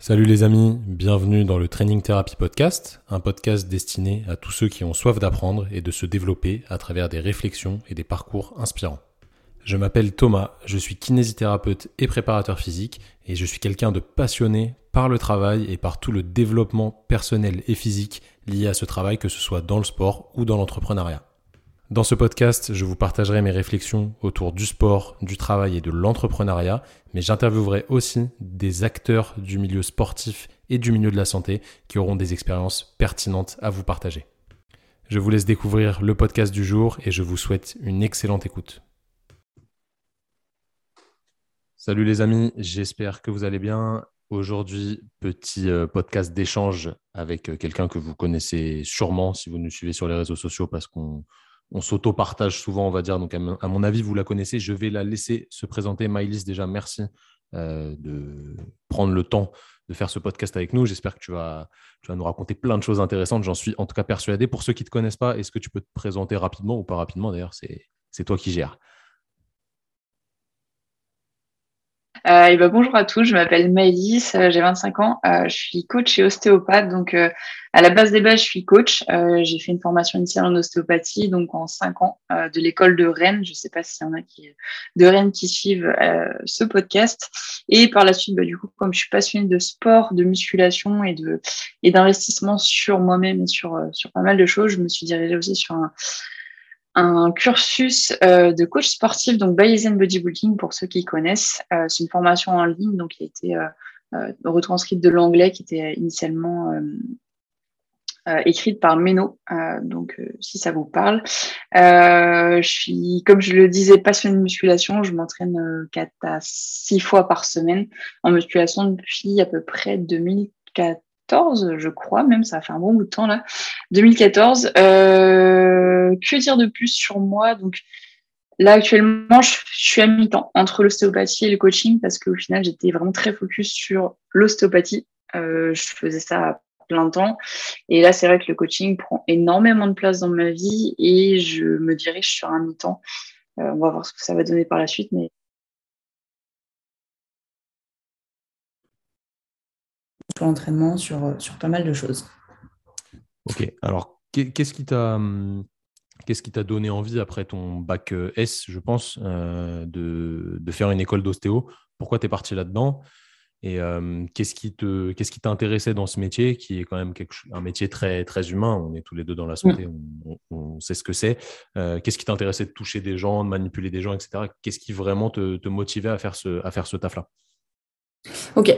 Salut les amis, bienvenue dans le Training Therapy Podcast, un podcast destiné à tous ceux qui ont soif d'apprendre et de se développer à travers des réflexions et des parcours inspirants. Je m'appelle Thomas, je suis kinésithérapeute et préparateur physique et je suis quelqu'un de passionné par le travail et par tout le développement personnel et physique lié à ce travail, que ce soit dans le sport ou dans l'entrepreneuriat. Dans ce podcast, je vous partagerai mes réflexions autour du sport, du travail et de l'entrepreneuriat, mais j'interviewerai aussi des acteurs du milieu sportif et du milieu de la santé qui auront des expériences pertinentes à vous partager. Je vous laisse découvrir le podcast du jour et je vous souhaite une excellente écoute. Salut les amis, j'espère que vous allez bien. Aujourd'hui, petit podcast d'échange avec quelqu'un que vous connaissez sûrement si vous nous suivez sur les réseaux sociaux parce qu'on s'auto-partage souvent, on va dire. Donc, à mon avis, vous la connaissez. Je vais la laisser se présenter. Maëlys, déjà, merci de prendre le temps de faire ce podcast avec nous. J'espère que tu vas nous raconter plein de choses intéressantes. J'en suis en tout cas persuadé. Pour ceux qui ne te connaissent pas, est-ce que tu peux te présenter rapidement ou pas rapidement? D'ailleurs, c'est toi qui gères. Bonjour à tous, je m'appelle Maëlys, j'ai 25 ans, je suis coach et ostéopathe. Donc, à la base des bases, je suis coach. J'ai fait une formation initiale en ostéopathie, donc en 5 ans, de l'école de Rennes. Je ne sais pas s'il y en a de Rennes qui suivent ce podcast. Et par la suite, du coup, comme je suis passionnée de sport, de musculation et d'investissement sur moi-même et sur pas mal de choses, je me suis dirigée aussi sur un cursus de coach sportif, donc Bayesian Bodybuilding pour ceux qui connaissent. C'est une formation en ligne, donc qui a été retranscrite de l'anglais, qui était initialement écrite par Meno. Donc, si ça vous parle. Je suis, comme je le disais, passionnée de musculation. Je m'entraîne 4 à 6 fois par semaine en musculation depuis à peu près 2014, je crois, même ça fait un bon bout de temps là. 2014. Que dire de plus sur moi? Donc là actuellement, je suis à mi-temps entre l'ostéopathie et le coaching parce qu'au final, j'étais vraiment très focus sur l'ostéopathie. Je faisais ça à plein temps et là, c'est vrai que le coaching prend énormément de place dans ma vie et je me dirige sur un mi-temps. On va voir ce que ça va donner par la suite, mais sur l'entraînement, sur pas mal de choses. Ok, alors qu'est-ce qui t'a donné envie après ton bac S, je pense, de faire une école d'ostéo? Pourquoi tu es parti là-dedans? Et qu'est-ce qui t'intéressait dans ce métier, qui est quand même un métier très, très humain? On est tous les deux dans la santé, on sait ce que c'est. Qu'est-ce qui t'intéressait de toucher des gens, de manipuler des gens, etc. Qu'est-ce qui vraiment te motivait à faire ce taf-là? Ok.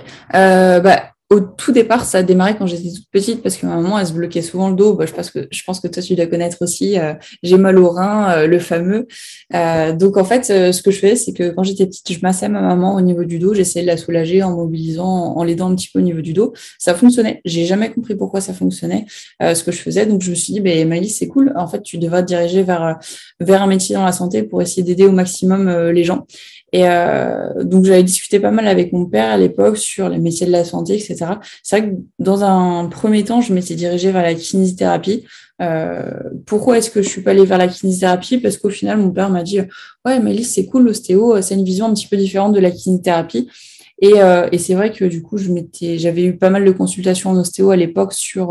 Au tout départ, ça a démarré quand j'étais toute petite parce que ma maman, elle se bloquait souvent le dos. Je pense que toi, tu dois connaître aussi. J'ai mal au rein, le fameux. Donc, en fait, ce que je faisais, c'est que quand j'étais petite, je massais ma maman au niveau du dos. J'essayais de la soulager en mobilisant, en l'aidant un petit peu au niveau du dos. Ça fonctionnait. J'ai jamais compris pourquoi ça fonctionnait, ce que je faisais. Donc, je me suis dit, Maëlys, c'est cool. En fait, tu devrais te diriger vers un métier dans la santé pour essayer d'aider au maximum les gens. Et donc, j'avais discuté pas mal avec mon père à l'époque sur les métiers de la santé, etc. C'est vrai que dans un premier temps, je m'étais dirigée vers la kinésithérapie. Pourquoi est-ce que je suis pas allée vers la kinésithérapie? Parce qu'au final, mon père m'a dit « Ouais, Maëlys, c'est cool, l'ostéo, c'est une vision un petit peu différente de la kinésithérapie. » Et c'est vrai que du coup, j'avais eu pas mal de consultations en ostéo à l'époque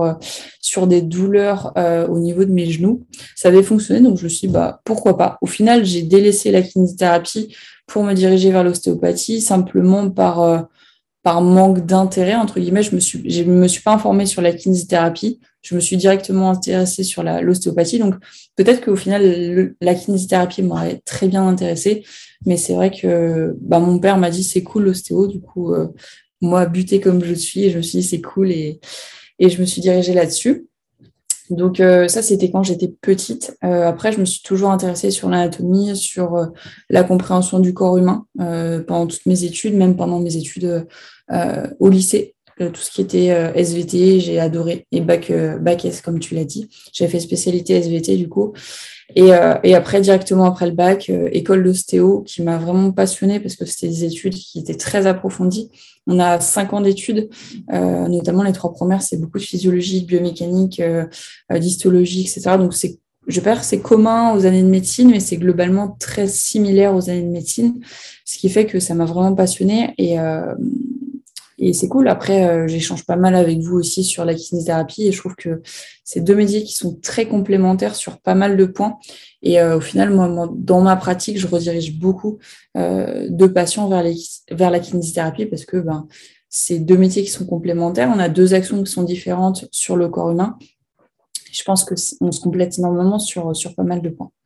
sur des douleurs au niveau de mes genoux. Ça avait fonctionné, donc je me suis dit, pourquoi pas. Au final, j'ai délaissé la kinésithérapie pour me diriger vers l'ostéopathie, simplement par manque d'intérêt, entre guillemets. Je me suis pas informée sur la kinésithérapie. Je me suis directement intéressée sur l'ostéopathie. Donc, peut-être qu'au final, la kinésithérapie m'aurait très bien intéressée. Mais c'est vrai que mon père m'a dit, c'est cool l'ostéo. Du coup, moi, butée comme je suis, je me suis dit, c'est cool. Et je me suis dirigée là-dessus. Donc ça, c'était quand j'étais petite. Après, je me suis toujours intéressée sur l'anatomie, sur la compréhension du corps humain pendant toutes mes études, même pendant mes études au lycée. Tout ce qui était SVT, j'ai adoré. Et bac S, comme tu l'as dit. J'ai fait spécialité SVT, du coup. Et après, directement après le bac, école d'ostéo, qui m'a vraiment passionnée parce que c'était des études qui étaient très approfondies. On a 5 ans d'études, notamment les 3 premières, c'est beaucoup de physiologie, de biomécanique, d'histologie, etc. Donc, je pense que c'est commun aux années de médecine, mais c'est globalement très similaire aux années de médecine, ce qui fait que ça m'a vraiment passionnée. Et c'est cool. Après, j'échange pas mal avec vous aussi sur la kinésithérapie et je trouve que c'est deux métiers qui sont très complémentaires sur pas mal de points. Et au final, moi, dans ma pratique, je redirige beaucoup de patients vers la kinésithérapie parce que c'est deux métiers qui sont complémentaires. On a deux actions qui sont différentes sur le corps humain. Je pense qu'on se complète énormément sur pas mal de points.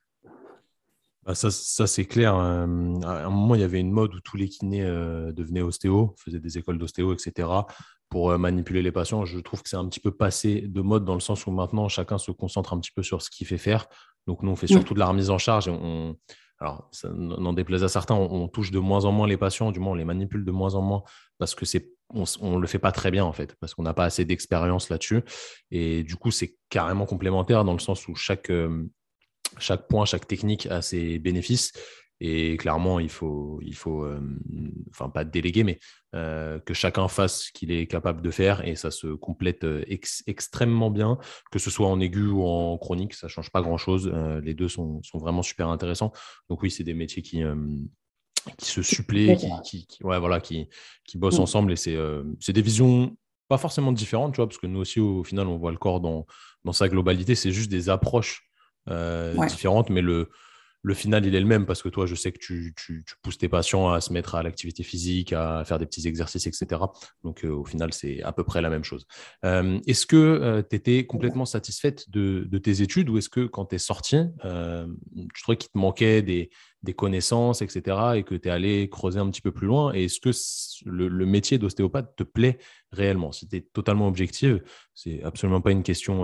Ça c'est clair. À un moment, il y avait une mode où tous les kinés devenaient ostéo, faisaient des écoles d'ostéo, etc., pour manipuler les patients. Je trouve que c'est un petit peu passé de mode dans le sens où maintenant, chacun se concentre un petit peu sur ce qu'il fait faire. Donc, nous, on fait surtout de la remise en charge. Et alors, ça n'en déplaise à certains, on touche de moins en moins les patients, du moins, on les manipule de moins en moins parce que on ne le fait pas très bien, en fait, parce qu'on n'a pas assez d'expérience là-dessus. Et du coup, c'est carrément complémentaire dans le sens où chaque point, chaque technique a ses bénéfices. Et clairement, il faut enfin pas déléguer, mais que chacun fasse ce qu'il est capable de faire et ça se complète extrêmement bien, que ce soit en aigu ou en chronique, ça ne change pas grand-chose. Les deux sont vraiment super intéressants. Donc oui, c'est des métiers qui se suppléent, qui bossent ensemble et c'est des visions pas forcément différentes, tu vois, parce que nous aussi, au final, on voit le corps dans sa globalité, c'est juste des approches différentes, mais le final, il est le même parce que toi, je sais que tu pousses tes patients à se mettre à l'activité physique, à faire des petits exercices, etc. Donc, au final, c'est à peu près la même chose. Est-ce que tu étais complètement satisfaite de tes études ou est-ce que quand tu es sortie, tu trouvais qu'il te manquait des connaissances, etc. et que tu es allé creuser un petit peu plus loin? Et est-ce que le métier d'ostéopathe te plaît réellement? Si tu es totalement objective, c'est absolument pas une question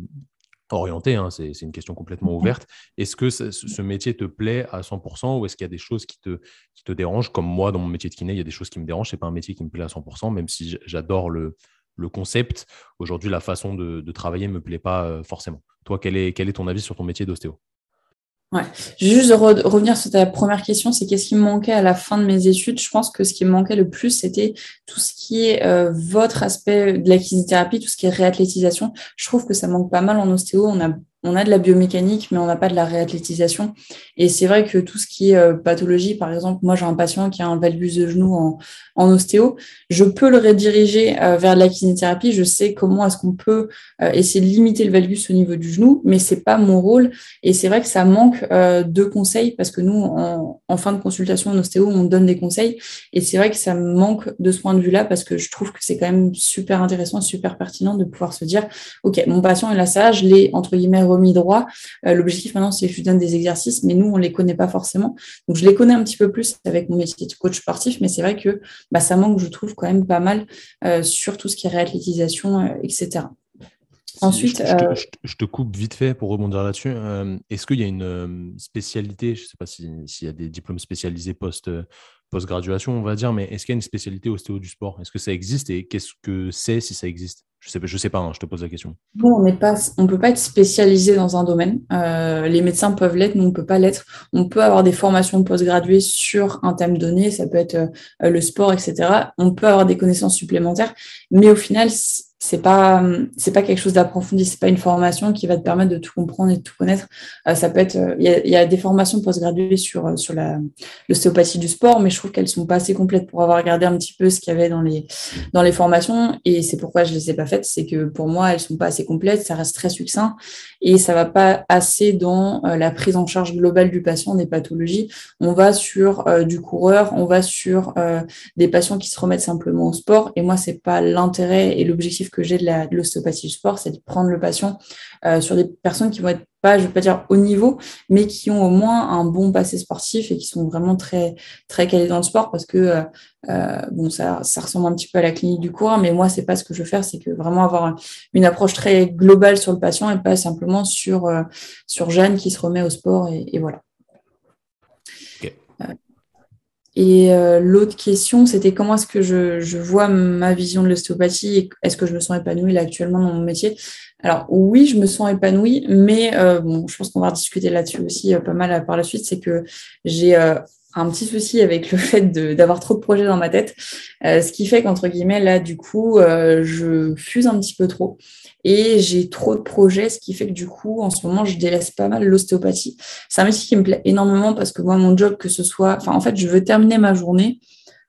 orienté, hein, c'est une question complètement ouverte. Est-ce que ce métier te plaît à 100% ou est-ce qu'il y a des choses qui te dérangent? Comme moi, dans mon métier de kiné, il y a des choses qui me dérangent. Ce n'est pas un métier qui me plaît à 100%, même si j'adore le concept. Aujourd'hui, la façon de travailler ne me plaît pas forcément. Toi, quel est ton avis sur ton métier d'ostéo? Ouais. Juste revenir sur ta première question, c'est qu'est-ce qui me manquait à la fin de mes études? Je pense que ce qui me manquait le plus, c'était tout ce qui est votre aspect de la kinésithérapie, tout ce qui est réathlétisation. Je trouve que ça manque pas mal en ostéo. On a de la biomécanique, mais on n'a pas de la réathlétisation. Et c'est vrai que tout ce qui est pathologie, par exemple, moi j'ai un patient qui a un valgus de genou en ostéo, je peux le rediriger vers de la kinésithérapie. Je sais comment est-ce qu'on peut essayer de limiter le valgus au niveau du genou, mais c'est pas mon rôle. Et c'est vrai que ça manque de conseils parce que nous, en fin de consultation en ostéo, on donne des conseils. Et c'est vrai que ça manque de ce point de vue-là parce que je trouve que c'est quand même super intéressant, super pertinent de pouvoir se dire, OK, mon patient il a ça, je l'ai entre guillemets remis droit. L'objectif maintenant, c'est que je lui donne des exercices, mais nous, on ne les connaît pas forcément. Donc, je les connais un petit peu plus avec mon métier de coach sportif, mais c'est vrai que ça manque, je trouve, quand même pas mal sur tout ce qui est réathlétisation, etc. Ensuite, je te coupe vite fait pour rebondir là-dessus. Est-ce qu'il y a une spécialité, je ne sais pas s'il y a des diplômes spécialisés post-graduation, on va dire, mais est-ce qu'il y a une spécialité ostéo du sport? Est-ce que ça existe et qu'est-ce que c'est si ça existe? Je sais pas, hein, je te pose la question. Nous, on ne peut pas être spécialisé dans un domaine. Les médecins peuvent l'être, nous, on ne peut pas l'être. On peut avoir des formations post-graduées sur un thème donné, ça peut être le sport, etc. On peut avoir des connaissances supplémentaires, mais au final, c'est pas quelque chose d'approfondi, c'est pas une formation qui va te permettre de tout comprendre et de tout connaître. Ça peut être, il y a des formations post-graduées sur l'ostéopathie du sport, mais je trouve qu'elles sont pas assez complètes pour avoir regardé un petit peu ce qu'il y avait dans les formations, et c'est pourquoi je les ai pas faites, c'est que pour moi elles sont pas assez complètes, ça reste très succinct et ça va pas assez dans la prise en charge globale du patient des pathologies. On va sur du coureur, on va sur des patients qui se remettent simplement au sport, et moi c'est pas l'intérêt et l'objectif que j'ai de l'ostéopathie du sport, c'est de prendre le patient sur des personnes qui vont être pas, je ne veux pas dire haut niveau, mais qui ont au moins un bon passé sportif et qui sont vraiment très, très calés dans le sport parce que ça ressemble un petit peu à la clinique du coureur, mais moi, c'est pas ce que je veux faire, c'est que vraiment avoir une approche très globale sur le patient et pas simplement sur Jeanne qui se remet au sport et voilà. Okay. Et l'autre question, c'était comment est-ce que je vois ma vision de l'ostéopathie et est-ce que je me sens épanouie là actuellement dans mon métier? Alors oui, je me sens épanouie, mais je pense qu'on va discuter là-dessus aussi pas mal par la suite, c'est que j'ai un petit souci avec le fait d'avoir trop de projets dans ma tête, ce qui fait qu'entre guillemets, là, du coup, je fuse un petit peu trop et j'ai trop de projets, ce qui fait que du coup, en ce moment, je délaisse pas mal l'ostéopathie. C'est un métier qui me plaît énormément parce que moi, mon job, que ce soit... Enfin, en fait, je veux terminer ma journée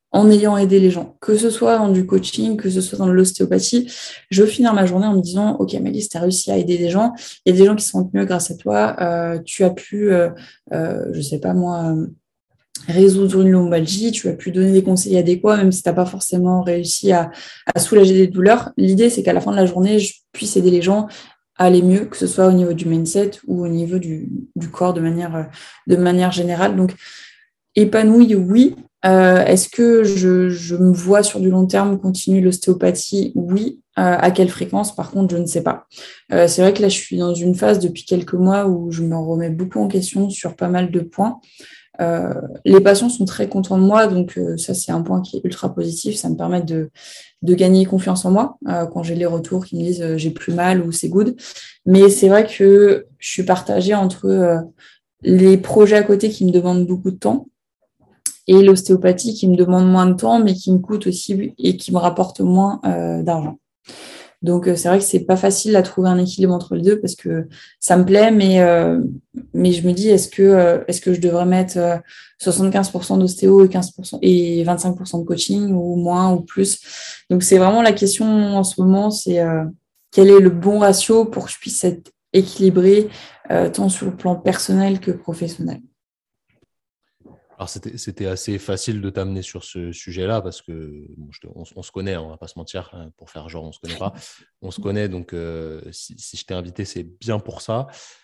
en ayant aidé les gens, que ce soit dans du coaching, que ce soit dans de l'ostéopathie. Je veux finir ma journée en me disant, OK, Malice, tu as réussi à aider des gens. Il y a des gens qui se sentent mieux grâce à toi. Tu as pu, je sais pas moi, résoudre une lombalgie, tu as pu donner des conseils adéquats, même si tu n'as pas forcément réussi à soulager des douleurs. L'idée, c'est qu'à la fin de la journée, je puisse aider les gens à aller mieux, que ce soit au niveau du mindset ou au niveau du corps de manière générale. Donc, épanouie, oui. Est-ce que je me vois sur du long terme continuer l'ostéopathie? Oui. À quelle fréquence? Par contre, je ne sais pas. C'est vrai que là, je suis dans une phase depuis quelques mois où je me remets beaucoup en question sur pas mal de points. Les patients sont très contents de moi, donc ça, c'est un point qui est ultra positif. Ça me permet de gagner confiance en moi quand j'ai les retours qui me disent j'ai plus mal ou c'est good. Mais c'est vrai que je suis partagée entre les projets à côté qui me demandent beaucoup de temps et l'ostéopathie qui me demande moins de temps, mais qui me coûte aussi et qui me rapporte moins d'argent. Donc, c'est vrai que c'est pas facile à trouver un équilibre entre les deux parce que ça me plaît, mais je me dis, est-ce que je devrais mettre 75% d'ostéo et 15% et 25% de coaching ou moins ou plus? Donc, c'est vraiment la question en ce moment, c'est quel est le bon ratio pour que je puisse être équilibrée tant sur le plan personnel que professionnel. Alors, c'était assez facile de t'amener sur ce sujet-là parce que on se connaît, on ne va pas se mentir, pour faire genre on ne se connaît pas. On se connaît, donc si je t'ai invité, c'est bien pour ça.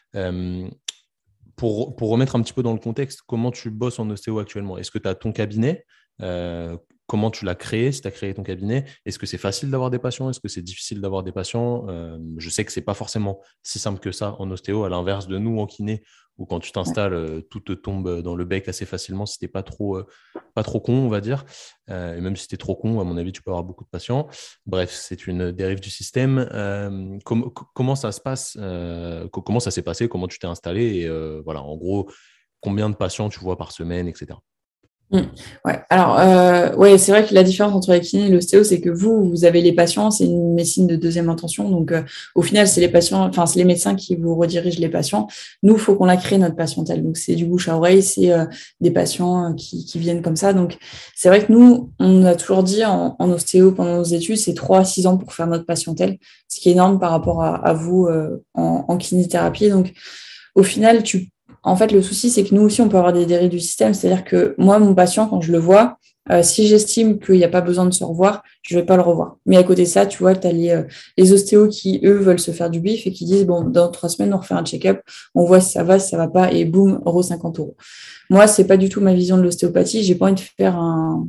Pour remettre un petit peu dans le contexte, comment tu bosses en ostéo actuellement? Est-ce que tu as ton cabinet? Comment tu l'as créé, si tu as créé ton cabinet? Est-ce que c'est facile d'avoir des patients? Est-ce que c'est difficile d'avoir des patients? Je sais que ce n'est pas forcément si simple que ça en ostéo, à l'inverse de nous en kiné, où quand tu t'installes, tout te tombe dans le bec assez facilement si tu n'es pas trop con, on va dire. Et même si tu es trop con, à mon avis, tu peux avoir beaucoup de patients. Bref, c'est une dérive du système. Comment ça se passe? Comment ça s'est passé? Comment tu t'es installé? Et voilà, en gros, combien de patients tu vois par semaine, etc. Ouais, alors ouais, c'est vrai que la différence entre la kiné et l'ostéo, c'est que vous avez les patients, c'est une médecine de deuxième intention, donc au final, c'est les patients, enfin c'est les médecins qui vous redirigent les patients. Nous, il faut qu'on la crée notre patientèle, donc c'est du bouche à oreille, c'est des patients qui viennent comme ça. Donc c'est vrai que nous, on a toujours dit en ostéo pendant nos études, c'est 3 à 6 ans pour faire notre patientèle, ce qui est énorme par rapport à vous en kinésithérapie. Donc au final, en fait, le souci, c'est que nous aussi, on peut avoir des dérives du système. C'est-à-dire que moi, mon patient, quand je le vois, si j'estime qu'il n'y a pas besoin de se revoir, je ne vais pas le revoir. Mais à côté de ça, tu vois, tu as les ostéos qui, eux, veulent se faire du bif et qui disent, bon, dans 3 semaines, on refait un check-up, on voit si ça va, si ça ne va pas, et boum, € 50. Moi, ce n'est pas du tout ma vision de l'ostéopathie. Je n'ai pas envie de faire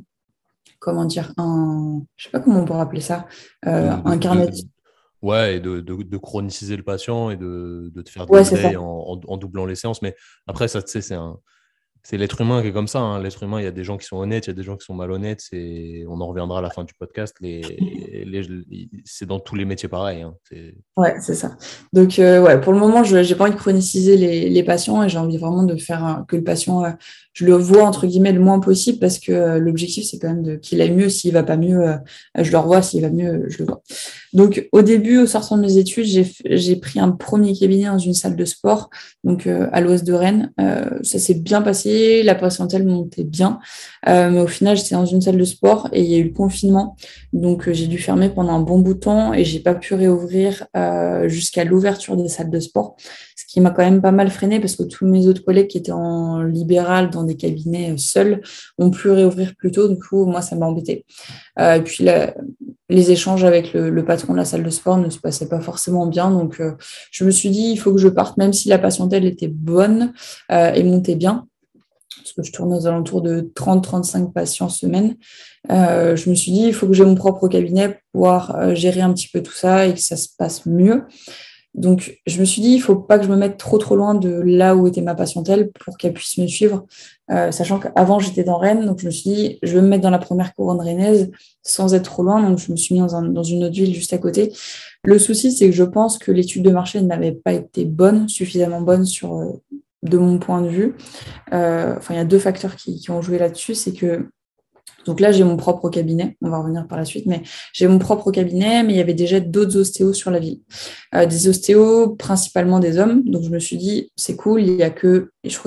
je sais pas comment on pourrait appeler ça, un carnet. Ouais, et de chroniciser le patient et de te faire de Ouais, c'est ça. l'oseille en doublant les séances. Mais après, ça, tu sais, c'est l'être humain qui est comme ça. Hein. L'être humain, il y a des gens qui sont honnêtes, il y a des gens qui sont malhonnêtes. On en reviendra à la fin du podcast. C'est dans tous les métiers pareil. Hein. Ouais, c'est ça. Donc, ouais, pour le moment, je n'ai pas envie de chroniciser les patients et j'ai envie vraiment de faire que le patient, je le vois, entre guillemets, le moins possible parce que l'objectif, c'est quand même qu'il aille mieux. S'il ne va pas mieux, je le revois. S'il va mieux, je le vois. Donc, au début, au sortant de mes études, j'ai pris un premier cabinet dans une salle de sport, donc à l'ouest de Rennes. Ça s'est bien passé, la patientèle montait bien. Mais au final, j'étais dans une salle de sport et il y a eu le confinement. Donc, j'ai dû fermer pendant un bon bout de temps et j'ai pas pu réouvrir jusqu'à l'ouverture des salles de sport, ce qui m'a quand même pas mal freiné parce que tous mes autres collègues qui étaient en libéral dans des cabinets seuls ont pu réouvrir plus tôt. Du coup, moi, ça m'a embêté. Et puis, les échanges avec le patron de la salle de sport ne se passaient pas forcément bien. Donc, je me suis dit, il faut que je parte, même si la patientèle était bonne et montait bien. Parce que je tourne aux alentours de 30-35 patients semaine. Je me suis dit, il faut que j'ai mon propre cabinet pour pouvoir gérer un petit peu tout ça et que ça se passe mieux. Donc, je me suis dit, il ne faut pas que je me mette trop loin de là où était ma patientèle pour qu'elle puisse me suivre. Sachant qu'avant, j'étais dans Rennes, donc je me suis dit, je vais me mettre dans la première couronne rennaise sans être trop loin. Donc, je me suis mis dans une autre ville juste à côté. Le souci, c'est que je pense que l'étude de marché n'avait pas été suffisamment bonne de mon point de vue. Il y a 2 facteurs qui ont joué là-dessus. C'est que donc là, j'ai mon propre cabinet, on va revenir par la suite, mais j'ai mon propre cabinet, mais il y avait déjà d'autres ostéos sur la ville. Des ostéos, principalement des hommes, donc je me suis dit, c'est cool, et je crois qu'il y a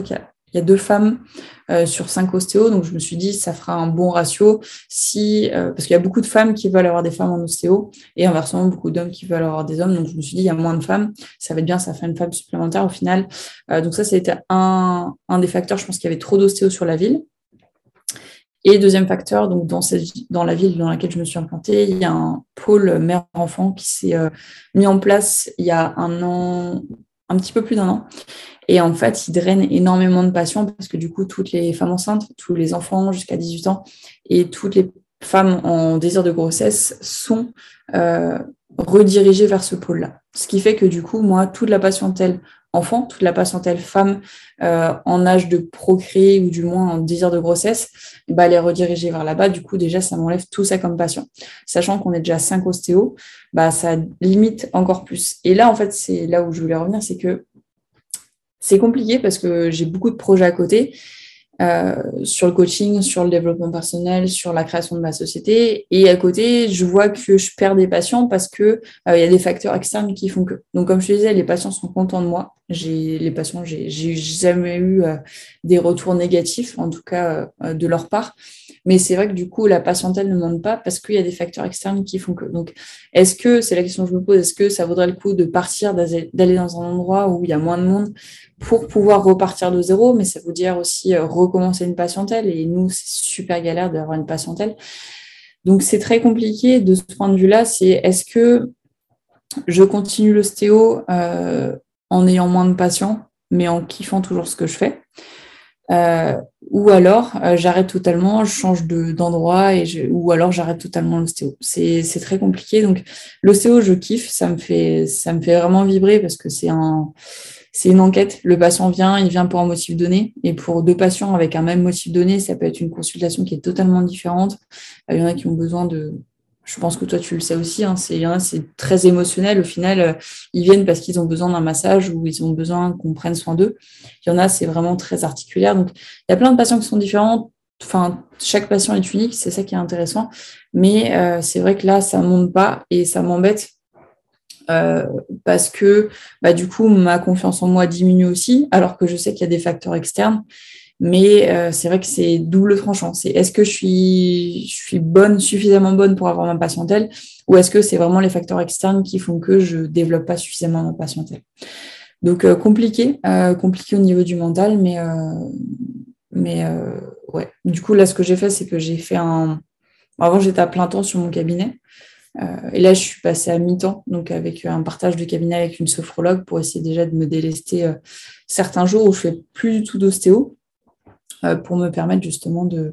il y a 2 femmes sur 5 ostéos, donc je me suis dit ça fera un bon ratio parce qu'il y a beaucoup de femmes qui veulent avoir des femmes en ostéo et inversement beaucoup d'hommes qui veulent avoir des hommes, donc je me suis dit il y a moins de femmes, ça va être bien, ça fait une femme supplémentaire au final. Donc ça a été un des facteurs, je pense qu'il y avait trop d'ostéos sur la ville. Et deuxième facteur, donc dans la ville dans laquelle je me suis implantée, il y a un pôle mère-enfant qui s'est mis en place il y a un an, un petit peu plus d'1 an. Et en fait, il draine énormément de patients parce que du coup, toutes les femmes enceintes, tous les enfants jusqu'à 18 ans et toutes les femmes en désir de grossesse sont redirigées vers ce pôle-là. Ce qui fait que du coup, moi, toute la patientèle enfant, toute la patientèle femme en âge de procréer ou du moins en désir de grossesse, elle est redirigée vers là-bas. Du coup, déjà, ça m'enlève tout ça comme patient. Sachant qu'on est déjà 5 ostéos, ça limite encore plus. Et là, en fait, c'est là où je voulais revenir, c'est que c'est compliqué parce que j'ai beaucoup de projets à côté sur le coaching, sur le développement personnel, sur la création de ma société. Et à côté, je vois que je perds des patients parce que y a des facteurs externes qui font que. Donc, comme je te disais, les patients sont contents de moi. J'ai jamais eu des retours négatifs, en tout cas de leur part. Mais c'est vrai que du coup, la patientèle ne monte pas parce qu'il y a des facteurs externes qui font que. Donc, c'est la question que je me pose, est-ce que ça vaudrait le coup de partir, d'aller dans un endroit où il y a moins de monde pour pouvoir repartir de zéro, mais ça veut dire aussi recommencer une patientèle. Et nous, c'est super galère d'avoir une patientèle. Donc, c'est très compliqué de ce point de vue-là. C'est est-ce que je continue l'ostéo en ayant moins de patients, mais en kiffant toujours ce que je fais ou alors j'arrête totalement, je change d'endroit ou alors j'arrête totalement l'ostéo. C'est très compliqué. Donc, l'ostéo, je kiffe, ça me fait vraiment vibrer parce que c'est une enquête. Le patient vient, il vient pour un motif donné. Et pour 2 patients avec un même motif donné, ça peut être une consultation qui est totalement différente. Il y en a qui ont besoin je pense que toi, tu le sais aussi, hein, il y en a, c'est très émotionnel. Au final, ils viennent parce qu'ils ont besoin d'un massage ou ils ont besoin qu'on prenne soin d'eux. Il y en a, c'est vraiment très articulaire. Donc, il y a plein de patients qui sont différents. Enfin, chaque patient est unique, c'est ça qui est intéressant. Mais c'est vrai que là, ça ne monte pas et ça m'embête. Parce que du coup, ma confiance en moi diminue aussi, alors que je sais qu'il y a des facteurs externes. Mais c'est vrai que c'est double tranchant. C'est est-ce que je suis bonne, suffisamment bonne pour avoir ma patientèle, ou est-ce que c'est vraiment les facteurs externes qui font que je développe pas suffisamment ma patientèle. Donc compliqué au niveau du mental, mais ouais. Du coup, là, ce que j'ai fait, c'est que j'ai fait Avant, j'étais à plein temps sur mon cabinet. Et là, je suis passée à mi-temps, donc avec un partage de cabinet avec une sophrologue pour essayer déjà de me délester certains jours où je fais plus du tout d'ostéo pour me permettre justement de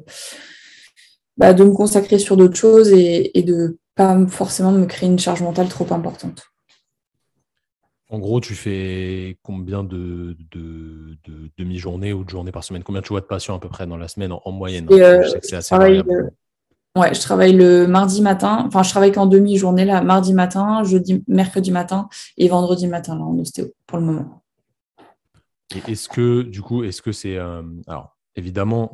me consacrer sur d'autres choses et de pas forcément me créer une charge mentale trop importante. En gros, tu fais combien de demi-journées ou de journées par semaine? Combien tu vois de patients à peu près dans la semaine en moyenne? Je sais que c'est assez variable. Ouais, je travaille le mardi matin. Enfin, je travaille qu'en demi-journée, là, mardi matin, mercredi matin et vendredi matin, là, en ostéo, pour le moment. Et est-ce que c'est... alors, évidemment,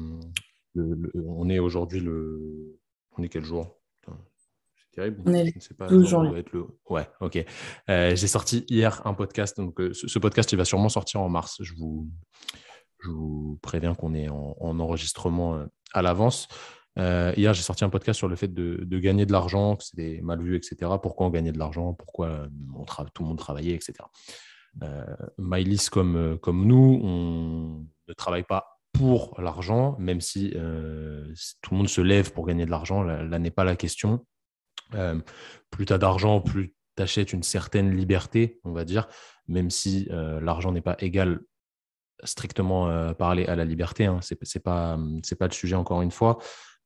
on est aujourd'hui On est quel jour? Putain, c'est terrible. On est Je ne sais pas. 12 janvier. Ouais, ok. J'ai sorti hier un podcast. Donc, ce podcast, il va sûrement sortir en mars. Je vous préviens qu'on est en enregistrement à l'avance. Hier, j'ai sorti un podcast sur le fait de gagner de l'argent, que c'était mal vu, etc. Pourquoi on gagnait de l'argent, pourquoi tout le monde travaillait, etc. Maëlys, comme nous, on ne travaille pas pour l'argent, même si tout le monde se lève pour gagner de l'argent. Là n'est pas la question. Plus tu as d'argent, plus tu achètes une certaine liberté, on va dire, même si l'argent n'est pas égal strictement parler à la liberté. Hein. C'est pas le sujet, encore une fois.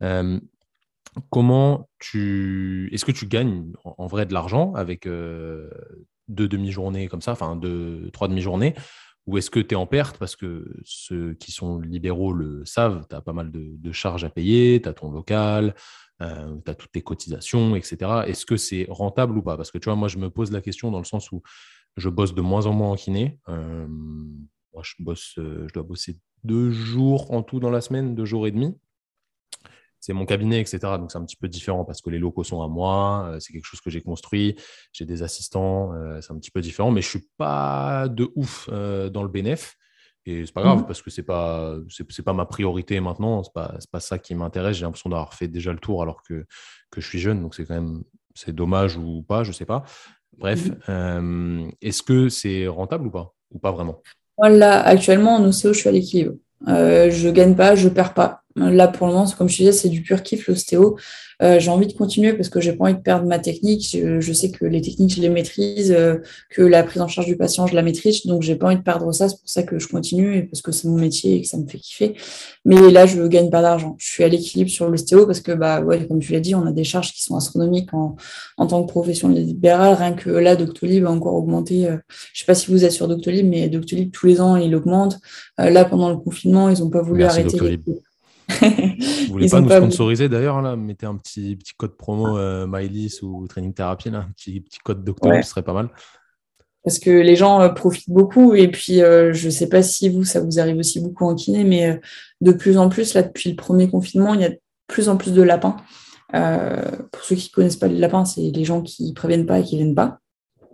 Est-ce que tu gagnes en vrai de l'argent avec 2 demi-journées comme ça, enfin 3 demi-journées, ou est-ce que tu es en perte parce que ceux qui sont libéraux le savent, tu as pas mal de charges à payer, tu as ton local, tu as toutes tes cotisations, etc. Est-ce que c'est rentable ou pas? Parce que tu vois, moi, je me pose la question dans le sens où je bosse de moins en moins en kiné. Moi, je dois bosser 2 jours en tout dans la semaine, 2 jours et demi. C'est mon cabinet, etc. Donc, c'est un petit peu différent parce que les locaux sont à moi. C'est quelque chose que j'ai construit. J'ai des assistants. C'est un petit peu différent. Mais je ne suis pas de ouf dans le bénéf. Et c'est pas grave parce que c'est pas ma priorité maintenant. C'est pas ça qui m'intéresse. J'ai l'impression d'avoir fait déjà le tour alors que je suis jeune. Donc c'est dommage ou pas, je sais pas. Bref, est-ce que c'est rentable ou pas vraiment? Là, actuellement, en OCO, je suis à l'équilibre. Je gagne pas, je perds pas. Là, pour le moment, comme je te disais, c'est du pur kiff, l'ostéo. J'ai envie de continuer parce que j'ai pas envie de perdre ma technique. Je sais que les techniques, je les maîtrise, que la prise en charge du patient, je la maîtrise. Donc, j'ai pas envie de perdre ça. C'est pour ça que je continue et parce que c'est mon métier et que ça me fait kiffer. Mais là, je gagne pas d'argent. Je suis à l'équilibre sur l'ostéo parce que, bah, ouais, comme tu l'as dit, on a des charges qui sont astronomiques en tant que profession libérale. Rien que là, Doctolib a encore augmenté. Je sais pas si vous êtes sur Doctolib, mais Doctolib, tous les ans, il augmente. Là, pendant le confinement, ils n'ont pas voulu Merci arrêter Doctolib. Vous voulez Ils pas ont nous pas voulu. sponsoriser d'ailleurs là? Mettez un petit code promo Mylis ou Training Therapy là, un petit code Doctolib, Ouais. ce serait pas mal. Parce que les gens profitent beaucoup. Et puis, je ne sais pas si vous, ça vous arrive aussi beaucoup en kiné, mais de plus en plus, là, depuis le premier confinement, il y a de plus en plus de lapins. Pour ceux qui ne connaissent pas les lapins, c'est les gens qui ne préviennent pas et qui ne viennent pas.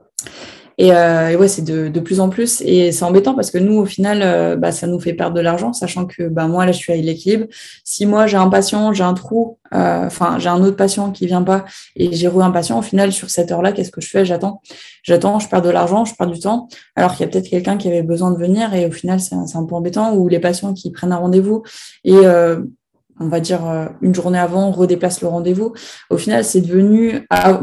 Et ouais, c'est de plus en plus. Et c'est embêtant parce que nous, au final, ça nous fait perdre de l'argent, sachant que moi, là, je suis à l'équilibre. Si moi, j'ai un patient, j'ai un trou, j'ai un autre patient qui vient pas et j'ai un patient, au final, sur cette heure-là, qu'est-ce que je fais? J'attends, je perds de l'argent, je perds du temps, alors qu'il y a peut-être quelqu'un qui avait besoin de venir et au final, c'est un peu embêtant. Ou les patients qui prennent un rendez-vous et on va dire une journée avant, on redéplace le rendez-vous. Au final, c'est devenu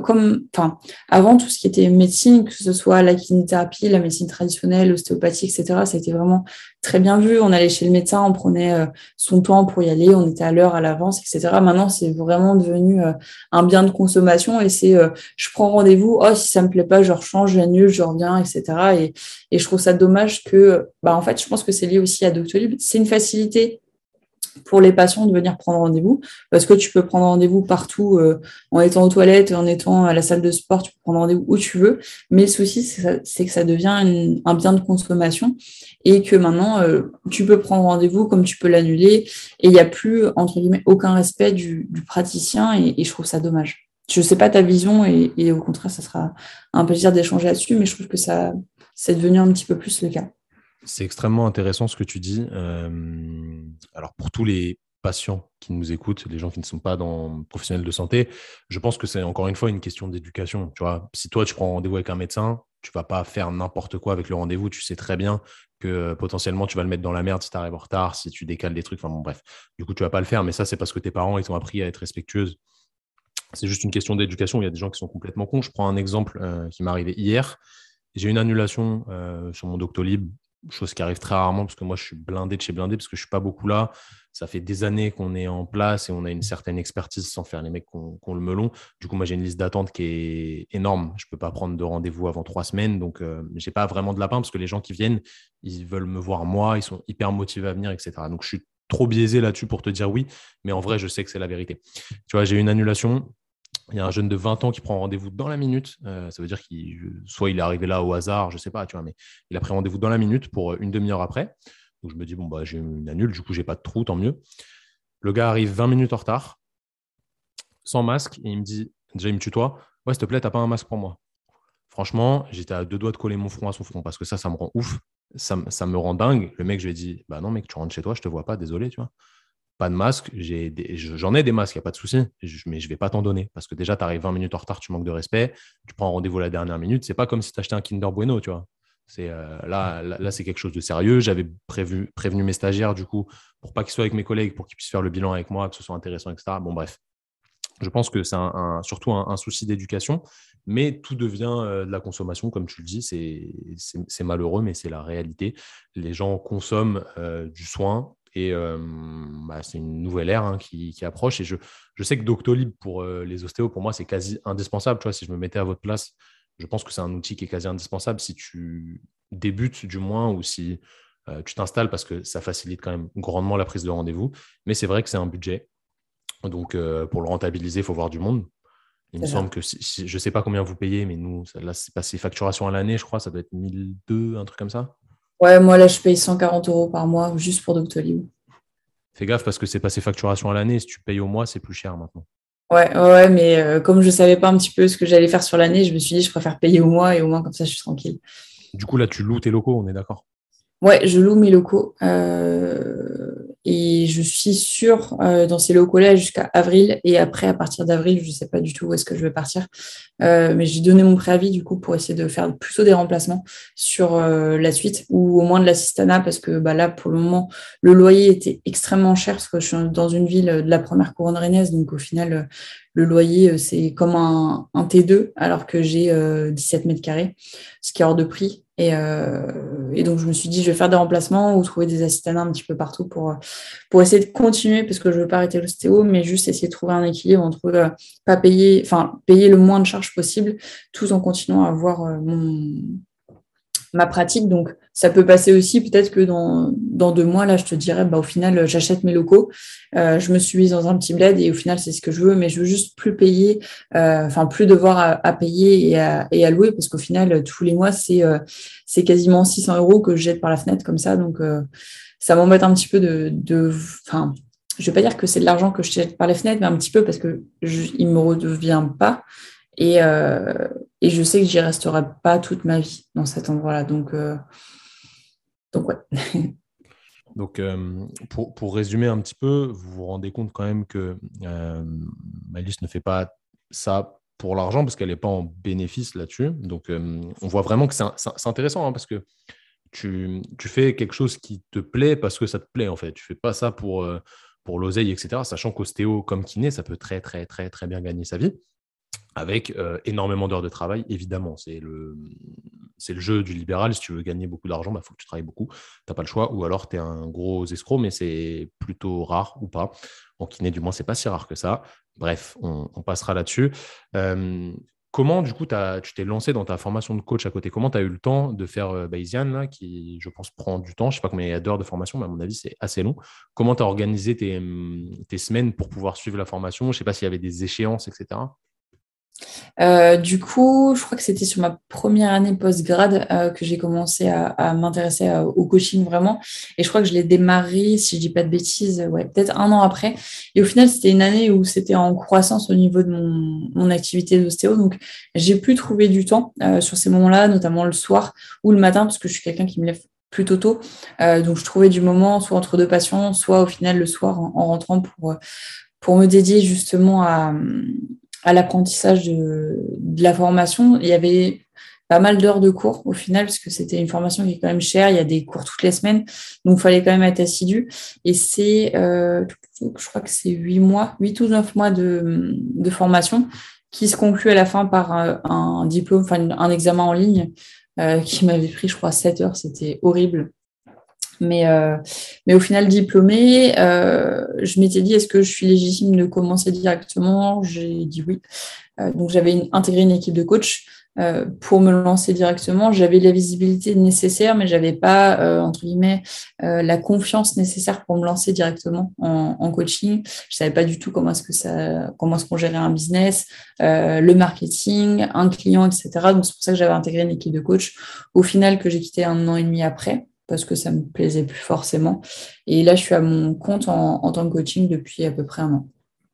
avant tout ce qui était médecine, que ce soit la kinésithérapie, la médecine traditionnelle, l'ostéopathie, etc. Ça a été vraiment très bien vu. On allait chez le médecin, on prenait son temps pour y aller, on était à l'heure, à l'avance, etc. Maintenant, c'est vraiment devenu un bien de consommation et c'est je prends rendez-vous, oh, si ça me plaît pas, je rechange, j'annule, je reviens, etc. Et je trouve ça dommage que, en fait, je pense que c'est lié aussi à Doctolib. C'est une facilité pour les patients de venir prendre rendez-vous, parce que tu peux prendre rendez-vous partout, en étant aux toilettes, en étant à la salle de sport, tu peux prendre rendez-vous où tu veux, mais le souci, c'est que ça devient un bien de consommation, et que maintenant, tu peux prendre rendez-vous comme tu peux l'annuler, et il n'y a plus, entre guillemets, aucun respect du praticien, et je trouve ça dommage. Je ne sais pas ta vision, et au contraire, ça sera un plaisir d'échanger là-dessus, mais je trouve que c'est devenu un petit peu plus le cas. C'est extrêmement intéressant ce que tu dis. Alors, pour tous les patients qui nous écoutent, les gens qui ne sont pas professionnels de santé, je pense que c'est encore une fois une question d'éducation. Tu vois, si toi, tu prends rendez-vous avec un médecin, tu ne vas pas faire n'importe quoi avec le rendez-vous. Tu sais très bien que potentiellement, tu vas le mettre dans la merde si tu arrives en retard, si tu décales des trucs. Enfin bon, bref. Du coup, tu ne vas pas le faire. Mais ça, c'est parce que tes parents, ils t'ont appris à être respectueuses. C'est juste une question d'éducation. Il y a des gens qui sont complètement cons. Je prends un exemple qui m'est arrivé hier. J'ai une annulation sur mon Doctolib, chose qui arrive très rarement parce que moi, je suis blindé de chez blindé parce que je ne suis pas beaucoup là. Ça fait des années qu'on est en place et on a une certaine expertise sans faire les mecs qu'on le melon. Du coup, moi, j'ai une liste d'attente qui est énorme. Je ne peux pas prendre de rendez-vous avant 3 semaines. Donc, je n'ai pas vraiment de lapin parce que les gens qui viennent, ils veulent me voir moi, ils sont hyper motivés à venir, etc. Donc, je suis trop biaisé là-dessus pour te dire oui. Mais en vrai, je sais que c'est la vérité. Tu vois, j'ai eu une annulation. Il y a un jeune de 20 ans qui prend rendez-vous dans la minute. Ça veut dire soit il est arrivé là au hasard, je ne sais pas, tu vois, mais il a pris rendez-vous dans la minute pour une demi-heure après. Donc je me dis, bon, j'ai une annule, du coup, je n'ai pas de trou, tant mieux. Le gars arrive 20 minutes en retard, sans masque, et il me dit, déjà, il me tutoie, ouais, s'il te plaît, tu n'as pas un masque pour moi. Franchement, j'étais à 2 doigts de coller mon front à son front parce que ça me rend ouf. Ça me rend dingue. Le mec, je lui ai dit, bah non, mec, tu rentres chez toi, je ne te vois pas, désolé, tu vois. Pas de masque, j'en ai des masques, il n'y a pas de souci, mais je ne vais pas t'en donner parce que déjà, tu arrives 20 minutes en retard, tu manques de respect, tu prends un rendez-vous à la dernière minute, c'est pas comme si tu achetais un Kinder Bueno, tu vois. Là, c'est quelque chose de sérieux. J'avais prévenu mes stagiaires, du coup, pour pas qu'ils soient avec mes collègues, pour qu'ils puissent faire le bilan avec moi, que ce soit intéressant, etc. Bon, bref. Je pense que c'est surtout un souci d'éducation, mais tout devient de la consommation, comme tu le dis, c'est malheureux, mais c'est la réalité. Les gens consomment du soin et c'est une nouvelle ère qui approche. Et je sais que Doctolib, pour les ostéos, pour moi, c'est quasi indispensable. Tu vois, si je me mettais à votre place, je pense que c'est un outil qui est quasi indispensable si tu débutes du moins ou si tu t'installes parce que ça facilite quand même grandement la prise de rendez-vous. Mais c'est vrai que c'est un budget. Donc, pour le rentabiliser, il faut voir du monde. Il me semble que je ne sais pas combien vous payez, mais nous, là, c'est passé facturation à l'année, je crois. Ça doit être 1002, un truc comme ça. Ouais, moi là, je paye 140 € par mois juste pour Doctolib. Fais gaffe parce que c'est passé facturation à l'année. Si tu payes au mois, c'est plus cher maintenant. Ouais, mais comme je ne savais pas un petit peu ce que j'allais faire sur l'année, je me suis dit, je préfère payer au mois et au moins comme ça, je suis tranquille. Du coup, là, tu loues tes locaux, on est d'accord? Ouais, je loue mes locaux et je suis sûre dans ces locaux-là jusqu'à avril. Et après, à partir d'avril, je ne sais pas du tout où est-ce que je vais partir. Mais j'ai donné mon préavis du coup pour essayer de faire plutôt des remplacements sur la suite ou au moins de l'assistanat parce que là, pour le moment, le loyer était extrêmement cher parce que je suis dans une ville de la première couronne rennaise. Donc au final, le loyer, c'est comme un T2 alors que j'ai 17 mètres carrés, ce qui est hors de prix. Et donc, je me suis dit, je vais faire des remplacements ou trouver des assistanats un petit peu partout pour essayer de continuer, parce que je ne veux pas arrêter l'ostéo, mais juste essayer de trouver un équilibre entre pas payer, enfin, payer le moins de charges possible, tout en continuant à avoir ma pratique. Donc, ça peut passer aussi, peut-être que dans 2 mois, là, je te dirais, au final, j'achète mes locaux, je me suis mise dans un petit bled et au final, c'est ce que je veux, mais je veux juste plus payer, plus devoir à payer et à louer, parce qu'au final, tous les mois, c'est quasiment 600 euros que je jette par la fenêtre comme ça. Donc, ça m'embête un petit peu je ne vais pas dire que c'est de l'argent que je jette par les fenêtres, mais un petit peu parce que il ne me redevient pas. Et je sais que j'y resterai pas toute ma vie dans cet endroit-là. Donc ouais. Donc, pour résumer un petit peu, vous vous rendez compte quand même que Maëlys ne fait pas ça pour l'argent parce qu'elle n'est pas en bénéfice là-dessus. Donc, on voit vraiment que c'est intéressant parce que tu fais quelque chose qui te plaît parce que ça te plaît en fait. Tu ne fais pas ça pour l'oseille, etc. Sachant qu'ostéo comme kiné, ça peut très, très, très, très bien gagner sa vie avec énormément d'heures de travail, évidemment. C'est le jeu du libéral. Si tu veux gagner beaucoup d'argent, faut que tu travailles beaucoup. Tu n'as pas le choix. Ou alors, tu es un gros escroc, mais c'est plutôt rare ou pas. En kiné, du moins, c'est pas si rare que ça. Bref, on passera là-dessus. Comment, du coup, tu t'es lancé dans ta formation de coach à côté? Comment tu as eu le temps de faire Bayesian, là, qui, je pense, prend du temps? Je ne sais pas combien il y a d'heures de formation, mais à mon avis, c'est assez long. Comment tu as organisé tes semaines pour pouvoir suivre la formation? Je ne sais pas s'il y avait des échéances, etc. Du coup, je crois que c'était sur ma première année post-grad que j'ai commencé à m'intéresser au coaching vraiment. Et je crois que je l'ai démarré, si je dis pas de bêtises, ouais, peut-être 1 an après. Et au final, c'était une année où c'était en croissance au niveau de mon activité d'ostéo. Donc, j'ai pu trouver du temps sur ces moments-là, notamment le soir ou le matin, parce que je suis quelqu'un qui me lève plutôt tôt. Donc, je trouvais du moment, soit entre deux patients, soit au final le soir en rentrant pour me dédier justement à l'apprentissage de la formation. Il y avait pas mal d'heures de cours au final, parce que c'était une formation qui est quand même chère. Il y a des cours toutes les semaines, donc il fallait quand même être assidu. Et je crois que c'est 8 ou 9 mois de formation qui se conclut à la fin par un diplôme, enfin un examen en ligne qui m'avait pris, je crois, 7 heures. C'était horrible. Mais au final, diplômée, je m'étais dit, est-ce que je suis légitime de commencer directement? J'ai dit oui. Donc, j'avais intégré une équipe de coach pour me lancer directement. J'avais la visibilité nécessaire, mais je n'avais pas, entre guillemets, la confiance nécessaire pour me lancer directement en coaching. Je ne savais pas du tout comment est-ce qu'on gérait un business, le marketing, un client, etc. Donc, c'est pour ça que j'avais intégré une équipe de coach. Au final, que j'ai quitté 1 an et demi après, parce que ça ne me plaisait plus forcément. Et là, je suis à mon compte en tant que coaching depuis à peu près 1 an.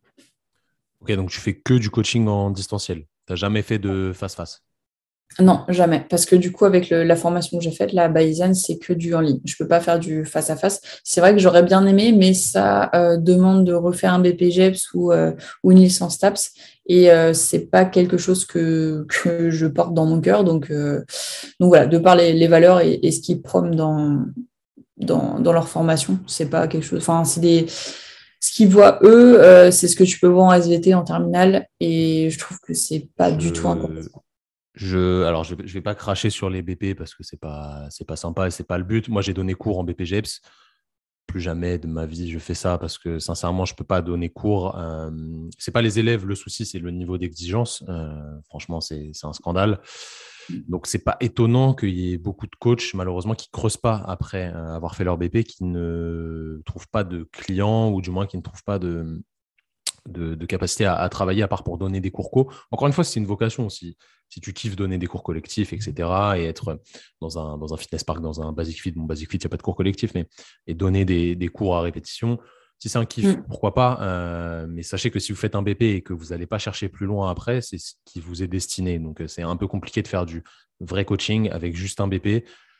Ok, donc tu fais que du coaching en distanciel. Tu n'as jamais fait de face-face. Non, jamais. Parce que du coup, avec la formation que j'ai faite, la Bayesian, c'est que du en ligne. Je ne peux pas faire du face-à-face. C'est vrai que j'aurais bien aimé, mais ça demande de refaire un BPGEPS ou une licence TAPS. Et ce n'est pas quelque chose que je porte dans mon cœur. Donc voilà, de par les valeurs et ce qu'ils proment dans leur formation, c'est pas quelque chose. Enfin, ce qu'ils voient, eux, c'est ce que tu peux voir en SVT, en terminale. Et je trouve que c'est pas du tout intéressant. Alors, je vais pas cracher sur les BP parce que c'est pas sympa et c'est pas le but. Moi, j'ai donné cours en BPGEPS. Plus jamais de ma vie, je fais ça parce que sincèrement, je peux pas donner cours. C'est pas les élèves, le souci, c'est le niveau d'exigence. Franchement, c'est un scandale. Donc, c'est pas étonnant qu'il y ait beaucoup de coachs, malheureusement, qui creusent pas après avoir fait leur BP, qui ne trouvent pas de clients ou du moins qui ne trouvent pas de capacité à travailler à part pour donner des cours co. Encore une fois, c'est une vocation. Si tu kiffes donner des cours collectifs, etc., et être dans un fitness park, dans un Basic Fit, Basic Fit, il n'y a pas de cours collectifs, et donner des cours à répétition, si c'est un kiff, pourquoi pas. Mais sachez que si vous faites un BP et que vous n'allez pas chercher plus loin après, c'est ce qui vous est destiné. Donc, c'est un peu compliqué de faire du vrai coaching avec juste un BP.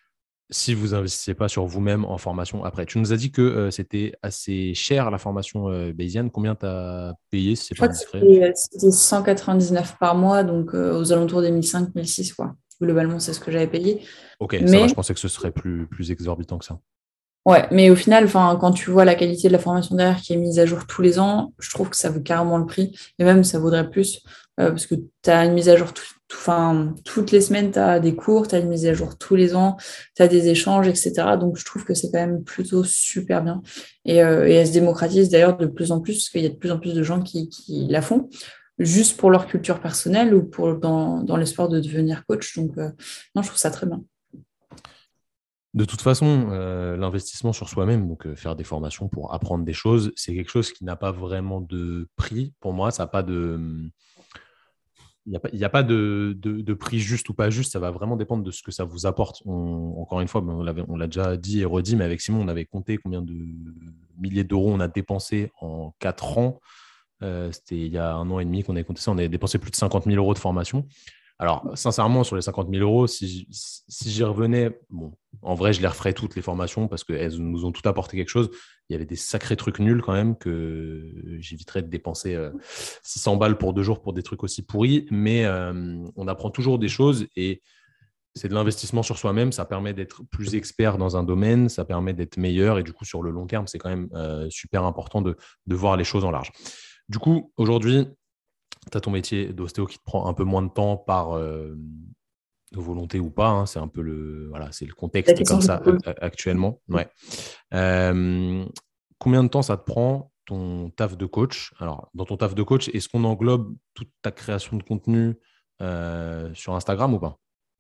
si vous investissez pas sur vous-même en formation après. Tu nous as dit que c'était assez cher la formation Bayesian. Combien tu as payé si c'est Je pas crois que indiscret? c'était 199 par mois, donc aux alentours des 1500, 1600, quoi. Globalement, c'est ce que j'avais payé. Ok, ça va, je Mais pensais que ce serait plus exorbitant que ça. ouais, mais au final, quand tu vois la qualité de la formation derrière qui est mise à jour tous les ans, je trouve que ça vaut carrément le prix. Et même, ça vaudrait plus, parce que tu as une mise à jour toutes les semaines, tu as des cours, tu as une mise à jour tous les ans, tu as des échanges, etc. Donc, je trouve que c'est quand même plutôt super bien. Et elle se démocratise d'ailleurs de plus en plus, parce qu'il y a de plus en plus de gens qui la font, juste pour leur culture personnelle ou dans l'espoir de devenir coach. Donc, non, je trouve ça très bien. De toute façon, l'investissement sur soi-même, donc faire des formations pour apprendre des choses, c'est quelque chose qui n'a pas vraiment de prix. Pour moi, ça n'a pas de... Il y a pas de prix juste ou pas juste, ça va vraiment dépendre de ce que ça vous apporte. Encore une fois, ben, on l'a déjà dit et redit, mais avec Simon, on avait compté combien de milliers d'euros on a dépensé en 4 ans. C'était il y a 1 an et demi qu'on avait compté ça, on avait dépensé plus de 50 000 euros de formation. Alors, sincèrement, sur les 50 000 euros, si j'y revenais, bon, en vrai, je les referais toutes les formations parce qu'elles nous ont toutes apporté quelque chose. Il y avait des sacrés trucs nuls quand même que j'éviterais de dépenser 600 balles pour 2 jours pour des trucs aussi pourris. Mais on apprend toujours des choses et c'est de l'investissement sur soi-même. Ça permet d'être plus expert dans un domaine, ça permet d'être meilleur et du coup, sur le long terme, c'est quand même super important de voir les choses en large. Du coup, aujourd'hui, tu as ton métier d'ostéo qui te prend un peu moins de temps par volonté ou pas. Hein, c'est un peu c'est le contexte La qui est question comme que je ça me pose. actuellement. Ouais. Combien de temps ça te prend ton taf de coach? Alors, dans ton taf de coach, est-ce qu'on englobe toute ta création de contenu sur Instagram ou pas?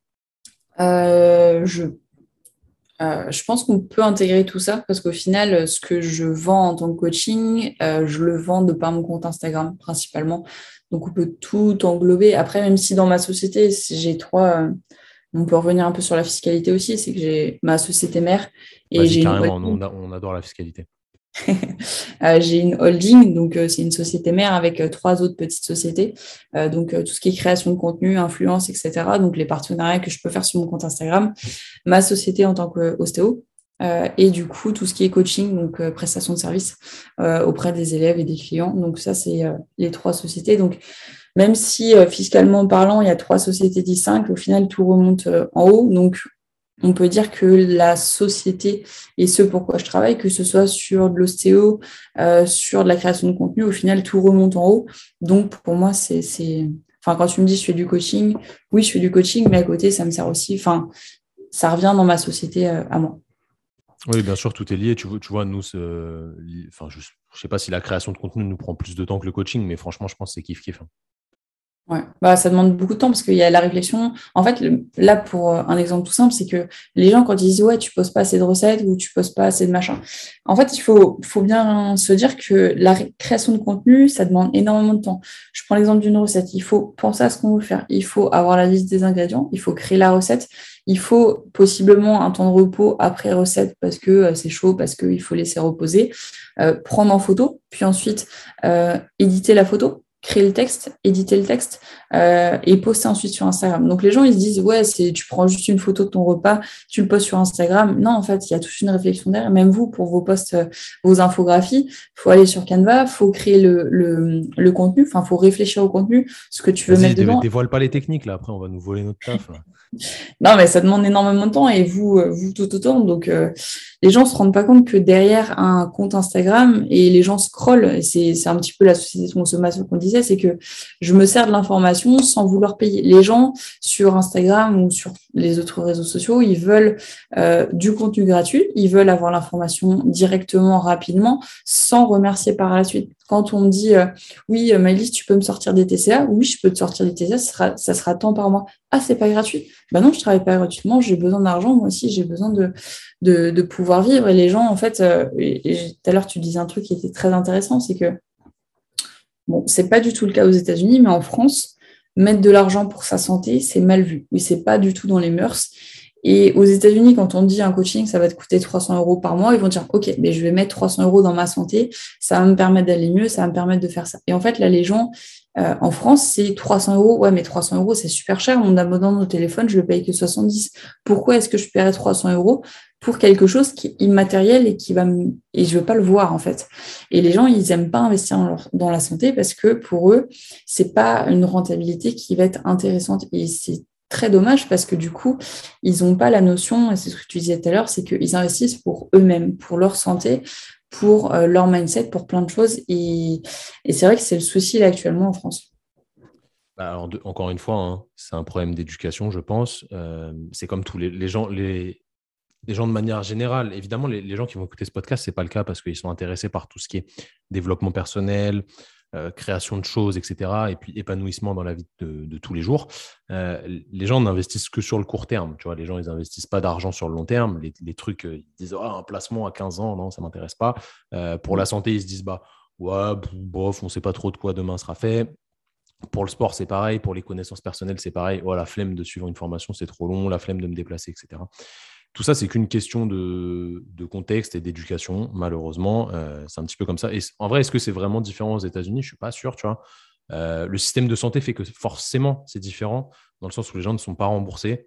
Euh, je je pense qu'on peut intégrer tout ça parce qu'au final, ce que je vends en tant que coaching, je le vends de par mon compte Instagram principalement. Donc, on peut tout englober. Après, même si dans ma société, j'ai on peut revenir un peu sur la fiscalité aussi, c'est que j'ai ma société mère et Vas-y, j'ai une carrément. Nous, holding. on adore la fiscalité. J'ai une holding, donc c'est une société mère avec 3 autres petites sociétés. Donc, tout ce qui est création de contenu, influence, etc. Donc, les partenariats que je peux faire sur mon compte Instagram, ma société en tant qu'ostéo, et du coup, tout ce qui est coaching, donc prestation de service auprès des élèves et des clients. Donc, ça, c'est les 3 sociétés. Donc, même si fiscalement parlant, il y a 3 sociétés distinctes, au final, tout remonte en haut. Donc, on peut dire que la société et ce pourquoi je travaille, que ce soit sur de l'ostéo, sur de la création de contenu, au final, tout remonte en haut. Donc, pour moi, Enfin, quand tu me dis je fais du coaching, oui, je fais du coaching, mais à côté, ça me sert aussi. Enfin, ça revient dans ma société à moi. Oui, bien sûr, tout est lié. Tu vois nous, enfin, je ne sais pas si la création de contenu nous prend plus de temps que le coaching, mais franchement, je pense que c'est kiff-kiff. Hein. Ouais. Bah, ça demande beaucoup de temps parce qu'il y a la réflexion. En fait, là, pour un exemple tout simple, c'est que les gens, quand ils disent ouais, tu poses pas assez de recettes ou tu poses pas assez de machin, en fait, faut bien se dire que la création de contenu, ça demande énormément de temps. Je prends l'exemple d'une recette. Il faut penser à ce qu'on veut faire. Il faut avoir la liste des ingrédients. Il faut créer la recette. Il faut possiblement un temps de repos après recette parce que c'est chaud, parce qu'il faut laisser reposer. Prendre en photo, puis ensuite éditer la photo, créer le texte, éditer le texte et poster ensuite sur Instagram. Donc les gens, ils se disent, ouais, tu prends juste une photo de ton repas, tu le postes sur Instagram. Non, en fait, il y a toute une réflexion derrière. Même vous, pour vos posts, vos infographies, il faut aller sur Canva, il faut créer le contenu, enfin, il faut réfléchir au contenu, ce que tu veux Vas-y, mettre dedans. dévoile pas les techniques, là. Après, on va nous voler notre taf. Là. Non, mais ça demande énormément de temps et vous tout autant. Donc, les gens ne se rendent pas compte que derrière un compte Instagram, et les gens scrollent, et c'est un petit peu la société de consommation qu'on disait, c'est que je me sers de l'information sans vouloir payer. Les gens sur Instagram ou sur les autres réseaux sociaux, ils veulent du contenu gratuit, ils veulent avoir l'information directement, rapidement, sans remercier par la suite. Quand on me dit oui, Maëlys, tu peux me sortir des TCA, oui, je peux te sortir des TCA, ça sera tant par mois. Ah, c'est pas gratuit. Ben non, je travaille pas gratuitement, j'ai besoin d'argent, moi aussi, j'ai besoin de pouvoir vivre. Et les gens, en fait, et tout à l'heure, tu disais un truc qui était très intéressant, c'est que, bon, c'est pas du tout le cas aux États-Unis, mais en France, mettre de l'argent pour sa santé, c'est mal vu. Oui, c'est pas du tout dans les mœurs. Et aux États-Unis, quand on dit un coaching, ça va te coûter 300 euros par mois, ils vont dire, OK, mais je vais mettre 300 euros dans ma santé, ça va me permettre d'aller mieux, ça va me permettre de faire ça. Et en fait, là, les gens, en France, c'est 300 euros. Ouais, mais 300 euros, c'est super cher. Mon abonnement au téléphone, je le paye que 70. Pourquoi est-ce que je paierais 300 euros pour quelque chose qui est immatériel et et je veux pas le voir, en fait. Et les gens, ils aiment pas investir dans la santé parce que pour eux, c'est pas une rentabilité qui va être intéressante. Et c'est très dommage parce que du coup, ils n'ont pas la notion, et c'est ce que tu disais tout à l'heure, c'est qu'ils investissent pour eux-mêmes, pour leur santé, pour leur mindset, pour plein de choses. Et c'est vrai que c'est le souci là actuellement en France. Alors, encore une fois, hein, c'est un problème d'éducation, je pense. C'est comme tous les gens, les gens de manière générale. Évidemment, les gens qui vont écouter ce podcast, ce n'est pas le cas parce qu'ils sont intéressés par tout ce qui est développement personnel, création de choses, etc. Et puis épanouissement dans la vie de tous les jours. Les gens n'investissent que sur le court terme. Tu vois, les gens, ils n'investissent pas d'argent sur le long terme. Les trucs, ils disent un placement à 15 ans, non, ça ne m'intéresse pas. Pour la santé, ils se disent ouais, bof, on ne sait pas trop de quoi demain sera fait. Pour le sport, c'est pareil. Pour les connaissances personnelles, c'est pareil. La flemme de suivre une formation, c'est trop long. La flemme de me déplacer, etc. Tout ça, c'est qu'une question de contexte et d'éducation, malheureusement. C'est un petit peu comme ça. Et en vrai, est-ce que c'est vraiment différent aux États-Unis? Je ne suis pas sûr, tu vois. Le système de santé fait que forcément, c'est différent, dans le sens où les gens ne sont pas remboursés.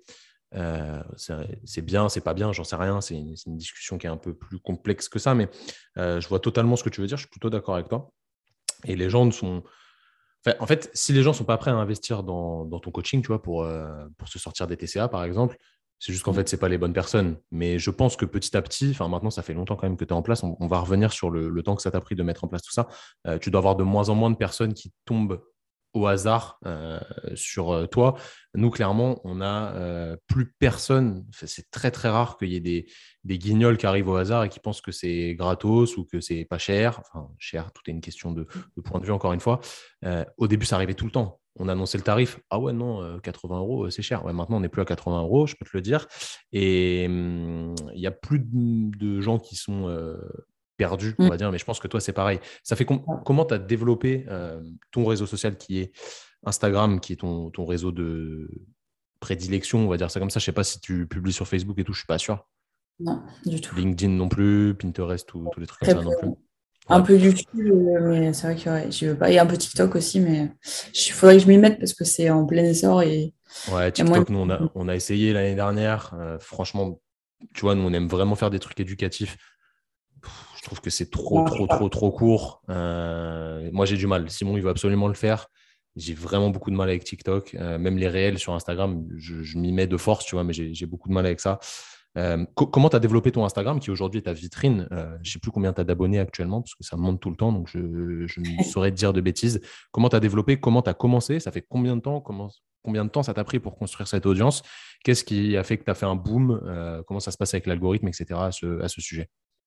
C'est bien, c'est pas bien, j'en sais rien. C'est une discussion qui est un peu plus complexe que ça, mais je vois totalement ce que tu veux dire. Je suis plutôt d'accord avec toi. Et les gens ne sont... Enfin, en fait, si les gens ne sont pas prêts à investir dans ton coaching, tu vois, pour se sortir des TCA, par exemple, c'est juste qu'en fait, ce n'est pas les bonnes personnes. Mais je pense que petit à petit, enfin maintenant, ça fait longtemps quand même que tu es en place, on va revenir sur le temps que ça t'a pris de mettre en place tout ça. Tu dois avoir de moins en moins de personnes qui tombent au hasard sur toi. Nous, clairement, on n'a plus personne. Enfin, c'est très, très rare qu'il y ait des guignols qui arrivent au hasard et qui pensent que c'est gratos ou que c'est pas cher. Enfin, cher, tout est une question de point de vue, encore une fois. Au début, ça arrivait tout le temps. On annonçait le tarif. Ah ouais, non, 80 euros, c'est cher. Ouais, maintenant, on n'est plus à 80 euros, je peux te le dire. Et il y a plus de gens qui sont perdus, on va dire. Mais je pense que toi, c'est pareil. Ça fait comment tu as développé ton réseau social qui est Instagram, qui est ton réseau de prédilection, on va dire ça comme ça. Je ne sais pas si tu publies sur Facebook et tout, je ne suis pas sûr. Non, du tout. LinkedIn non plus, Pinterest, tous les trucs comme Très ça non plus. Un Ouais. peu YouTube, mais c'est vrai que ouais, je veux pas. Et un peu TikTok aussi, mais il faudrait que je m'y mette parce que c'est en plein essor et Ouais, il y a moins TikTok, nous, on a essayé l'année dernière. Franchement, tu vois, nous, on aime vraiment faire des trucs éducatifs. Je trouve que c'est trop court. Moi, j'ai du mal. Simon, il veut absolument le faire. J'ai vraiment beaucoup de mal avec TikTok. Même les réels sur Instagram, je m'y mets de force, tu vois, mais j'ai beaucoup de mal avec ça. Comment tu as développé ton Instagram qui aujourd'hui est ta vitrine? Je ne sais plus combien tu as d'abonnés actuellement parce que ça monte tout le temps, donc je ne saurais te dire de bêtises. Comment tu as développé? Comment tu as commencé? Ça fait combien de temps? Combien de temps ça t'a pris pour construire cette audience? Qu'est-ce qui a fait que tu as fait un boom? Comment ça se passe avec l'algorithme, etc. à ce sujet?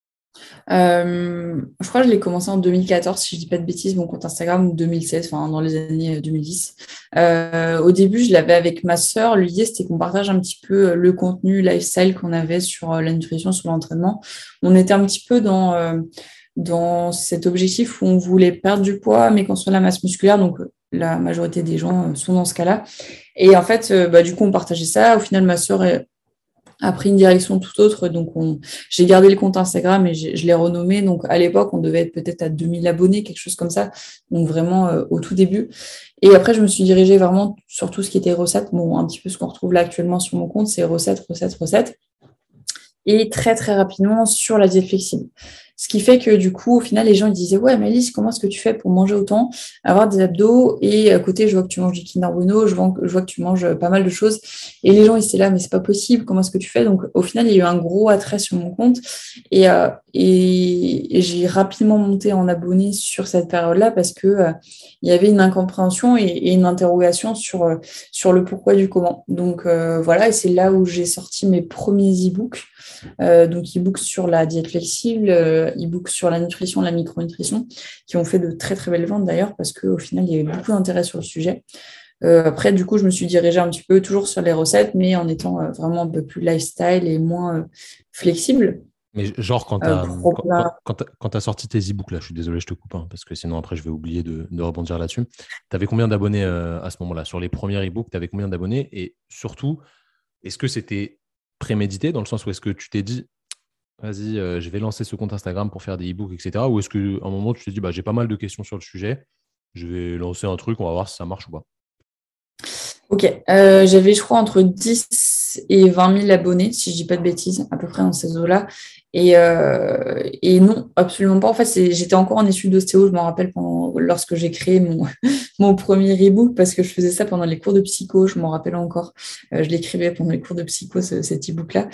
Je crois que je l'ai commencé en 2014, si je dis pas de bêtises, mon compte Instagram, ou 2016, enfin dans les années 2010. Au début, je l'avais avec ma sœur. L'idée, c'était qu'on partage un petit peu le contenu lifestyle qu'on avait sur la nutrition, sur l'entraînement. On était un petit peu dans cet objectif où on voulait perdre du poids, mais construire la masse musculaire. Donc, la majorité des gens sont dans ce cas-là. Et en fait, du coup, on partageait ça. Au final, ma sœur a pris une direction tout autre. Donc, j'ai gardé le compte Instagram et je l'ai renommé. Donc, à l'époque, on devait être peut-être à 2000 abonnés, quelque chose comme ça. Donc, vraiment au tout début. Et après, je me suis dirigée vraiment sur tout ce qui était recettes. Bon, un petit peu ce qu'on retrouve là actuellement sur mon compte, c'est recettes. Et très, très rapidement sur la diète flexible. Ce qui fait que du coup, au final, les gens ils disaient ouais, mais Alice, comment est-ce que tu fais pour manger autant, avoir des abdos et à côté, je vois que tu manges du Kinder Bueno, je vois que tu manges pas mal de choses. Et les gens ils étaient là, mais c'est pas possible, comment est-ce que tu fais? Donc au final, il y a eu un gros attrait sur mon compte et j'ai rapidement monté en abonnés sur cette période-là parce que il y avait une incompréhension et une interrogation sur le pourquoi du comment. Donc voilà, et c'est là où j'ai sorti mes premiers e-books. Donc e-books sur la diète flexible, e-books sur la nutrition, la micronutrition, qui ont fait de très très belles ventes d'ailleurs parce qu'au final il y avait beaucoup d'intérêt sur le sujet. Après du coup je me suis dirigée un petit peu toujours sur les recettes mais en étant vraiment un peu plus lifestyle et moins flexible. Mais genre, quand t'as sorti tes e-books, là, je suis désolé, je te coupe, hein, parce que sinon après je vais oublier de rebondir là-dessus. Tu avais combien d'abonnés à ce moment-là? Sur les premiers e-books, tu avais combien d'abonnés? Et surtout, est-ce que c'était prémédité dans le sens où est-ce que tu t'es dit, vas-y, je vais lancer ce compte Instagram pour faire des e-books, etc. Ou est-ce qu'à un moment, tu t'es dit, j'ai pas mal de questions sur le sujet, je vais lancer un truc, on va voir si ça marche ou pas. Ok, j'avais, je crois, entre 10 et 20 000 abonnés, si je dis pas de bêtises, à peu près dans ces eaux-là. Et non, absolument pas. En fait, j'étais encore en études d'ostéo, je m'en rappelle, lorsque j'ai créé mon premier e-book, parce que je faisais ça pendant les cours de psycho, je m'en rappelle encore. Je l'écrivais pendant les cours de psycho, cet e-book-là.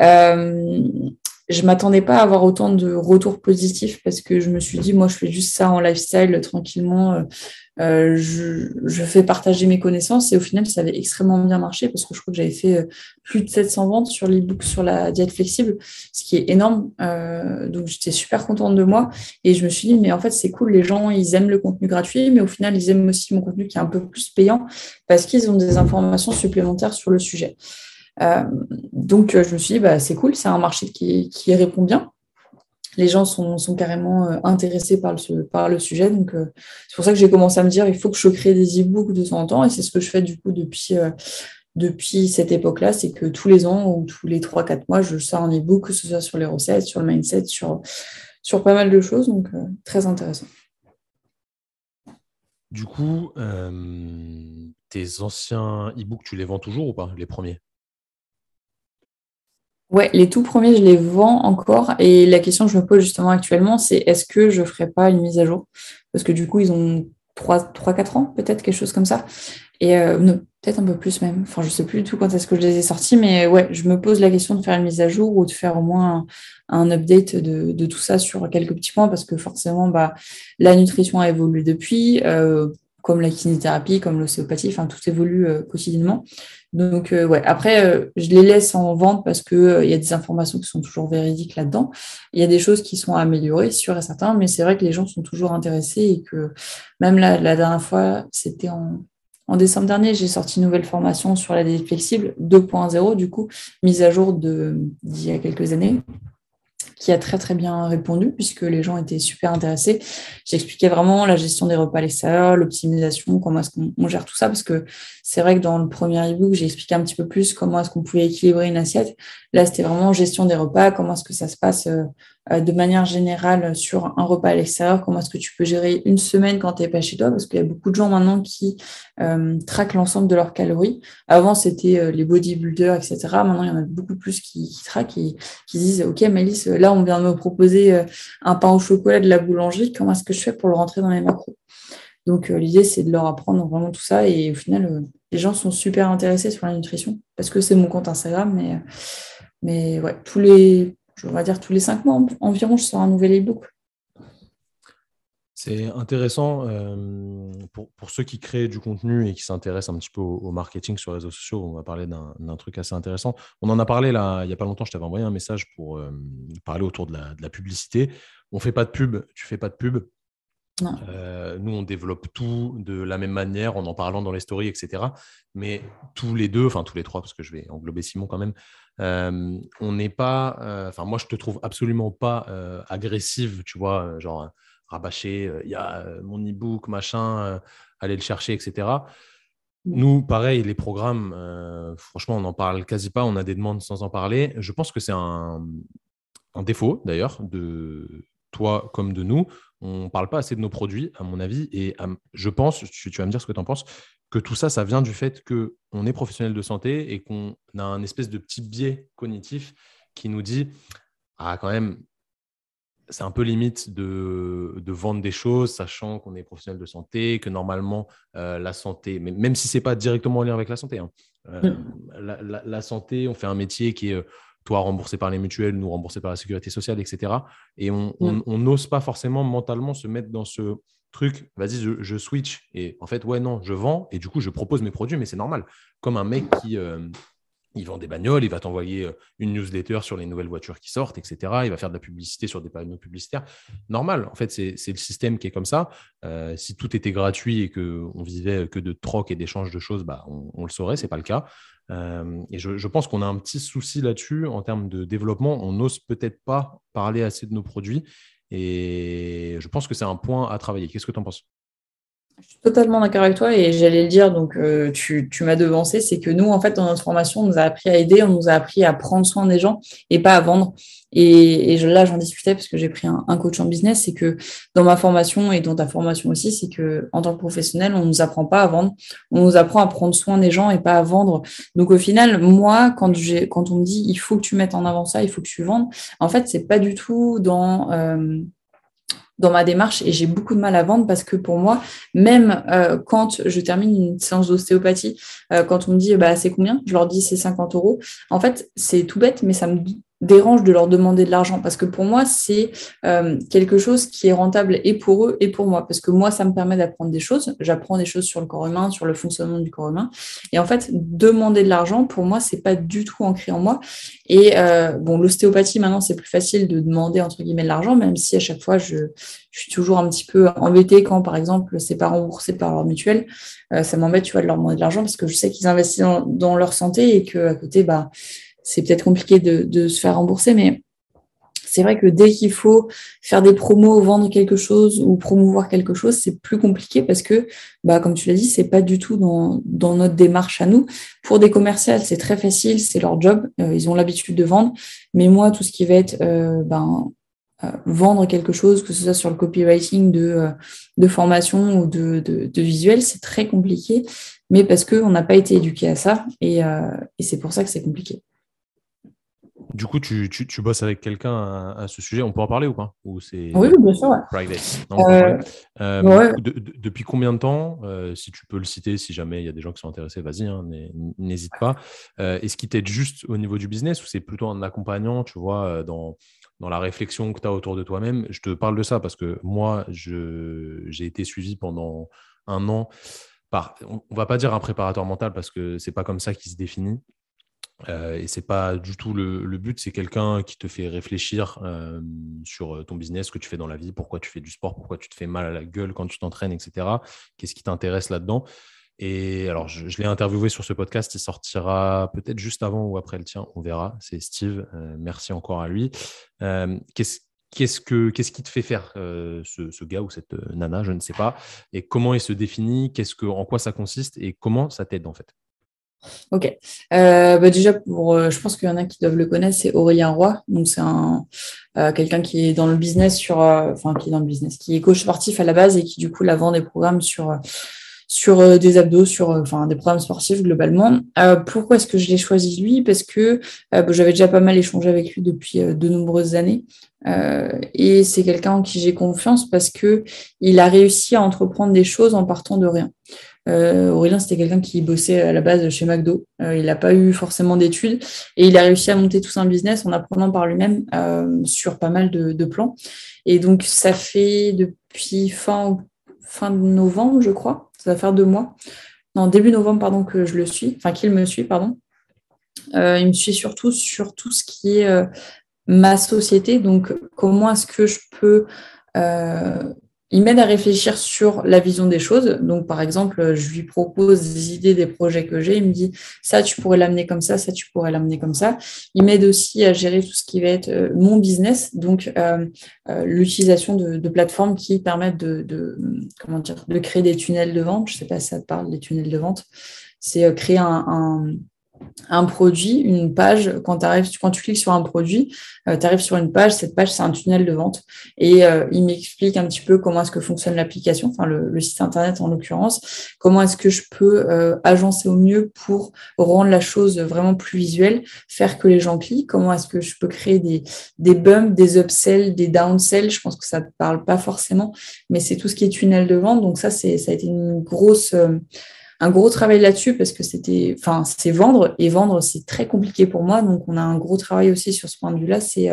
Je m'attendais pas à avoir autant de retours positifs parce que je me suis dit, moi, je fais juste ça en lifestyle, tranquillement. Je fais partager mes connaissances et au final, ça avait extrêmement bien marché parce que je crois que j'avais fait plus de 700 ventes sur l'e-book sur la diète flexible, ce qui est énorme. Donc, j'étais super contente de moi et je me suis dit, mais en fait, c'est cool, les gens, ils aiment le contenu gratuit, mais au final, ils aiment aussi mon contenu qui est un peu plus payant parce qu'ils ont des informations supplémentaires sur le sujet. Donc, je me suis dit, c'est cool, c'est un marché qui répond bien. Les gens sont carrément intéressés par le sujet. Donc, c'est pour ça que j'ai commencé à me dire, il faut que je crée des e-books de temps en temps. Et c'est ce que je fais du coup depuis cette époque-là. C'est que tous les ans ou tous les 3-4 mois, je sors un e-book, que ce soit sur les recettes, sur le mindset, sur pas mal de choses. Donc, très intéressant. Du coup, tes anciens e-books, tu les vends toujours ou pas, les premiers? Ouais, les tout premiers, je les vends encore. Et la question que je me pose justement actuellement, c'est est-ce que je ne ferai pas une mise à jour? Parce que du coup, ils ont 3-4 ans, peut-être, quelque chose comme ça. Et non, peut-être un peu plus même. Enfin, je ne sais plus du tout quand est-ce que je les ai sortis, mais ouais, je me pose la question de faire une mise à jour ou de faire au moins un update de tout ça sur quelques petits points, parce que forcément, la nutrition a évolué depuis, comme la kinésithérapie, comme l'ostéopathie, enfin, tout évolue quotidiennement. Donc, ouais, après, je les laisse en vente parce qu'il y a des informations qui sont toujours véridiques là-dedans. Il y a des choses qui sont améliorées, sûr et certain, mais c'est vrai que les gens sont toujours intéressés et que même la dernière fois, c'était en décembre dernier, j'ai sorti une nouvelle formation sur la diète flexible 2.0, du coup, mise à jour d'il y a quelques années, qui a très très bien répondu puisque les gens étaient super intéressés. J'expliquais vraiment la gestion des repas à l'extérieur, l'optimisation, comment est-ce qu'on gère tout ça, parce que c'est vrai que dans le premier e-book, j'ai expliqué un petit peu plus comment est-ce qu'on pouvait équilibrer une assiette. Là, c'était vraiment gestion des repas, comment est-ce que ça se passe de manière générale sur un repas à l'extérieur, comment est-ce que tu peux gérer une semaine quand tu n'es pas chez toi, parce qu'il y a beaucoup de gens maintenant qui traquent l'ensemble de leurs calories. Avant, c'était les bodybuilders, etc. Maintenant, il y en a beaucoup plus qui traquent et qui disent, OK, Malice, là, on vient de me proposer un pain au chocolat de la boulangerie, comment est-ce que je fais pour le rentrer dans mes macros? Donc, l'idée, c'est de leur apprendre vraiment tout ça. Et au final, les gens sont super intéressés sur la nutrition parce que c'est mon compte Instagram. Mais ouais, on va dire tous les 5 mois environ, je sors un nouvel e-book. C'est intéressant pour ceux qui créent du contenu et qui s'intéressent un petit peu au marketing sur les réseaux sociaux. On va parler d'un truc assez intéressant. On en a parlé là, il n'y a pas longtemps, je t'avais envoyé un message pour parler autour de la publicité. On ne fait pas de pub, tu ne fais pas de pub. Non. Nous, on développe tout de la même manière en parlant dans les stories, etc. Mais tous les deux, enfin tous les trois, parce que je vais englober Simon quand même, on n'est pas… Enfin, moi, je te trouve absolument pas agressive, tu vois, genre rabâcher, il y a mon e-book, machin, aller le chercher, etc. Nous, pareil, les programmes, franchement, on n'en parle quasi pas. On a des demandes sans en parler. Je pense que c'est un défaut, d'ailleurs, de toi comme de nous. On ne parle pas assez de nos produits, à mon avis. Et je pense, tu vas me dire ce que tu en penses, que tout ça, ça vient du fait qu'on est professionnel de santé et qu'on a un espèce de petit biais cognitif qui nous dit ah, quand même, c'est un peu limite de vendre des choses, sachant qu'on est professionnel de santé, que normalement, la santé, même si ce n'est pas directement en lien avec la santé, hein, la santé, on fait un métier qui est, toi, remboursé par les mutuelles, nous, remboursé par la sécurité sociale, etc. Et on n'ose pas forcément mentalement se mettre dans ce truc, vas-y, je switch. Et en fait, ouais, non, je vends et du coup, je propose mes produits, mais c'est normal. Comme un mec qui… il vend des bagnoles, il va t'envoyer une newsletter sur les nouvelles voitures qui sortent, etc. Il va faire de la publicité sur des panneaux publicitaires. Normal, en fait, c'est le système qui est comme ça. Si tout était gratuit et qu'on vivait que de troc et d'échange de choses, on le saurait, ce n'est pas le cas. Et je pense qu'on a un petit souci là-dessus en termes de développement. On n'ose peut-être pas parler assez de nos produits et je pense que c'est un point à travailler. Qu'est-ce que tu en penses ? Je suis totalement d'accord avec toi et j'allais le dire, donc tu m'as devancé, c'est que nous, en fait, dans notre formation, on nous a appris à aider, on nous a appris à prendre soin des gens et pas à vendre. Là, j'en discutais parce que j'ai pris un coach en business, c'est que dans ma formation et dans ta formation aussi, c'est que en tant que professionnel, on nous apprend pas à vendre, on nous apprend à prendre soin des gens et pas à vendre. Donc au final, moi, quand on me dit il faut que tu mettes en avant ça, il faut que tu vendes, en fait, c'est pas du tout dans ma démarche et j'ai beaucoup de mal à vendre parce que pour moi, même quand je termine une séance d'ostéopathie, quand on me dit c'est combien, je leur dis c'est 50 euros. En fait, c'est tout bête, mais ça me dérange de leur demander de l'argent parce que pour moi, c'est quelque chose qui est rentable et pour eux et pour moi parce que moi, ça me permet d'apprendre des choses. J'apprends des choses sur le corps humain, sur le fonctionnement du corps humain. Et en fait, demander de l'argent, pour moi, c'est pas du tout ancré en moi. Et l'ostéopathie, maintenant, c'est plus facile de demander, entre guillemets, de l'argent, même si à chaque fois, je suis toujours un petit peu embêtée quand, par exemple, c'est pas remboursé par leur mutuelle. Ça m'embête, tu vois, de leur demander de l'argent parce que je sais qu'ils investissent dans leur santé et qu'à côté, c'est peut-être compliqué de se faire rembourser. Mais c'est vrai que dès qu'il faut faire des promos, vendre quelque chose ou promouvoir quelque chose, c'est plus compliqué parce que, comme tu l'as dit, c'est pas du tout dans notre démarche à nous. Pour des commerciales, c'est très facile, c'est leur job, ils ont l'habitude de vendre. Mais moi, tout ce qui va être vendre quelque chose, que ce soit sur le copywriting de formation ou de visuel, c'est très compliqué, mais parce qu'on n'a pas été éduqué à ça et c'est pour ça que c'est compliqué. Du coup, tu bosses avec quelqu'un à ce sujet. On peut en parler ou pas? Ou c'est Oui, bien sûr, ouais. private? Non, on peut en parler. Ouais. Depuis combien de temps, si tu peux le citer, si jamais il y a des gens qui sont intéressés, vas-y, hein, n'hésite pas. Est-ce qu'il t'aide juste au niveau du business ou c'est plutôt un accompagnant, tu vois, dans la réflexion que tu as autour de toi-même? Je te parle de ça parce que moi, j'ai été suivi pendant un an par, on ne va pas dire un préparateur mental parce que ce n'est pas comme ça qu'il se définit. Et c'est pas du tout le but, c'est quelqu'un qui te fait réfléchir sur ton business, ce que tu fais dans la vie, pourquoi tu fais du sport, pourquoi tu te fais mal à la gueule quand tu t'entraînes, etc. Qu'est-ce qui t'intéresse là-dedans? Et alors, je l'ai interviewé sur ce podcast, il sortira peut-être juste avant ou après le tien, on verra. C'est Steve, merci encore à lui. Qu'est-ce qui te fait faire ce gars ou cette nana, je ne sais pas, et comment il se définit, en quoi ça consiste et comment ça t'aide en fait? Ok. Déjà, je pense qu'il y en a qui doivent le connaître, c'est Aurélien Roy. Donc, c'est quelqu'un qui est dans le business qui est dans le business, qui est coach sportif à la base et qui, du coup, là, vend des programmes sur des abdos, sur des programmes sportifs globalement. Pourquoi est-ce que je l'ai choisi lui? Parce que j'avais déjà pas mal échangé avec lui depuis de nombreuses années. Et c'est quelqu'un en qui j'ai confiance parce que il a réussi à entreprendre des choses en partant de rien. Aurélien, c'était quelqu'un qui bossait à la base chez McDo. Il n'a pas eu forcément d'études et il a réussi à monter tout un business en apprenant par lui-même sur pas mal de plans. Et donc, ça fait depuis fin novembre, je crois. Ça va faire 2 mois. Non, début novembre, pardon, que je le suis. Enfin, qu'il me suit, pardon. Il me suit surtout sur tout ce qui est ma société. Donc, comment est-ce que je peux il m'aide à réfléchir sur la vision des choses. Donc, par exemple, je lui propose des idées, des projets que j'ai. Il me dit, ça, tu pourrais l'amener comme ça tu pourrais l'amener comme ça. Il m'aide aussi à gérer tout ce qui va être mon business, donc l'utilisation de plateformes qui permettent de créer des tunnels de vente. Je ne sais pas si ça te parle, des tunnels de vente. C'est créer un produit, une page, quand tu cliques sur un produit, tu arrives sur une page, cette page, c'est un tunnel de vente. Et il m'explique un petit peu comment est-ce que fonctionne l'application, enfin le site internet en l'occurrence, comment est-ce que je peux agencer au mieux pour rendre la chose vraiment plus visuelle, faire que les gens cliquent, comment est-ce que je peux créer des bumps, des upsells, des downsells, je pense que ça ne te parle pas forcément, mais c'est tout ce qui est tunnel de vente. Donc ça a été un gros travail là-dessus parce que c'est vendre et vendre, c'est très compliqué pour moi. Donc, on a un gros travail aussi sur ce point de vue-là. C'est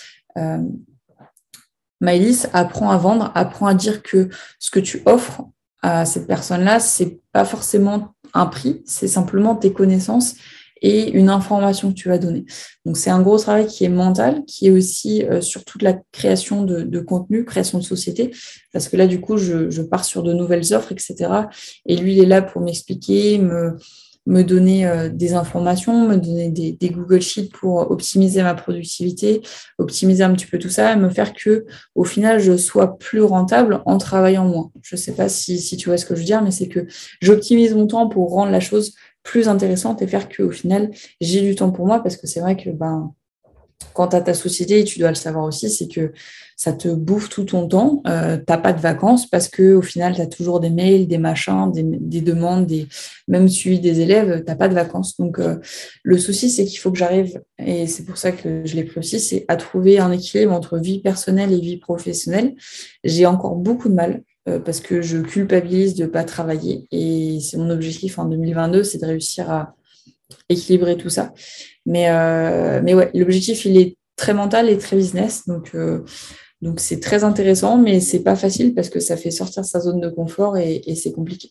Maëlys, apprends à vendre, apprends à dire que ce que tu offres à cette personne-là, c'est pas forcément un prix, c'est simplement tes connaissances et une information que tu vas donner. Donc, c'est un gros travail qui est mental, qui est aussi sur toute la création de contenu, création de société, parce que là, du coup, je pars sur de nouvelles offres, etc. Et lui, il est là pour m'expliquer, me donner des informations, me donner des Google Sheets pour optimiser ma productivité, optimiser un petit peu tout ça, et me faire que, au final, je sois plus rentable en travaillant moins. Je ne sais pas si tu vois ce que je veux dire, mais c'est que j'optimise mon temps pour rendre la chose plus intéressante et faire qu'au final, j'ai du temps pour moi, parce que c'est vrai que quand tu as ta société, et tu dois le savoir aussi, c'est que ça te bouffe tout ton temps. Tu n'as pas de vacances parce qu'au final, tu as toujours des mails, des machins, des demandes, même suivi des élèves, tu n'as pas de vacances. Donc, le souci, c'est qu'il faut que j'arrive, et c'est pour ça que je l'ai pris aussi, c'est à trouver un équilibre entre vie personnelle et vie professionnelle. J'ai encore beaucoup de mal parce que je culpabilise de ne pas travailler. Et c'est mon objectif en 2022, c'est de réussir à équilibrer tout ça. Mais ouais, l'objectif, il est très mental et très business. Donc c'est très intéressant, mais c'est pas facile parce que ça fait sortir sa zone de confort et c'est compliqué.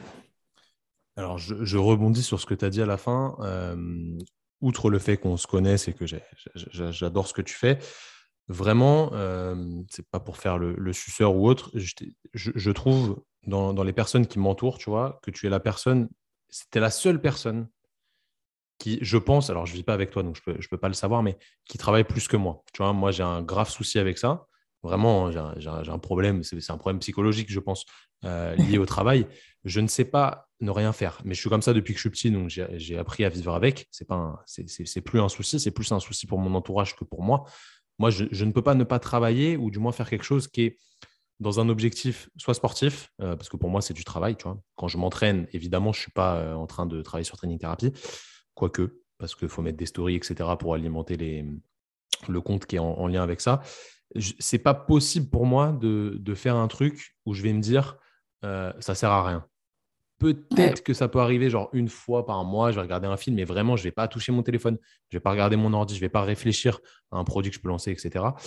Alors, je rebondis sur ce que tu as dit à la fin. Outre le fait qu'on se connaisse et que j'adore ce que tu fais, vraiment, c'est pas pour faire le suceur ou autre, je trouve dans les personnes qui m'entourent, tu vois, que tu es la personne, c'était la seule personne qui, je pense, alors je ne vis pas avec toi, donc je peux pas le savoir, mais qui travaille plus que moi. Tu vois, moi, j'ai un grave souci avec ça. Vraiment, j'ai un problème, c'est un problème psychologique, je pense, lié au travail. Je ne sais pas ne rien faire, mais je suis comme ça depuis que je suis petit, donc j'ai appris à vivre avec. C'est plus un souci, c'est plus un souci pour mon entourage que pour moi. Moi, je ne peux pas ne pas travailler ou du moins faire quelque chose qui est dans un objectif soit sportif, parce que pour moi, c'est du travail. Tu vois. Quand je m'entraîne, évidemment, je ne suis pas en train de travailler sur Training Therapy, quoique, parce qu'il faut mettre des stories, etc., pour alimenter le compte qui est en lien avec ça. C'est pas possible pour moi de faire un truc où je vais me dire ça sert à rien. Peut-être que ça peut arriver genre une fois par mois, je vais regarder un film, mais vraiment, je ne vais pas toucher mon téléphone, je ne vais pas regarder mon ordi, je ne vais pas réfléchir à un produit que je peux lancer, etc.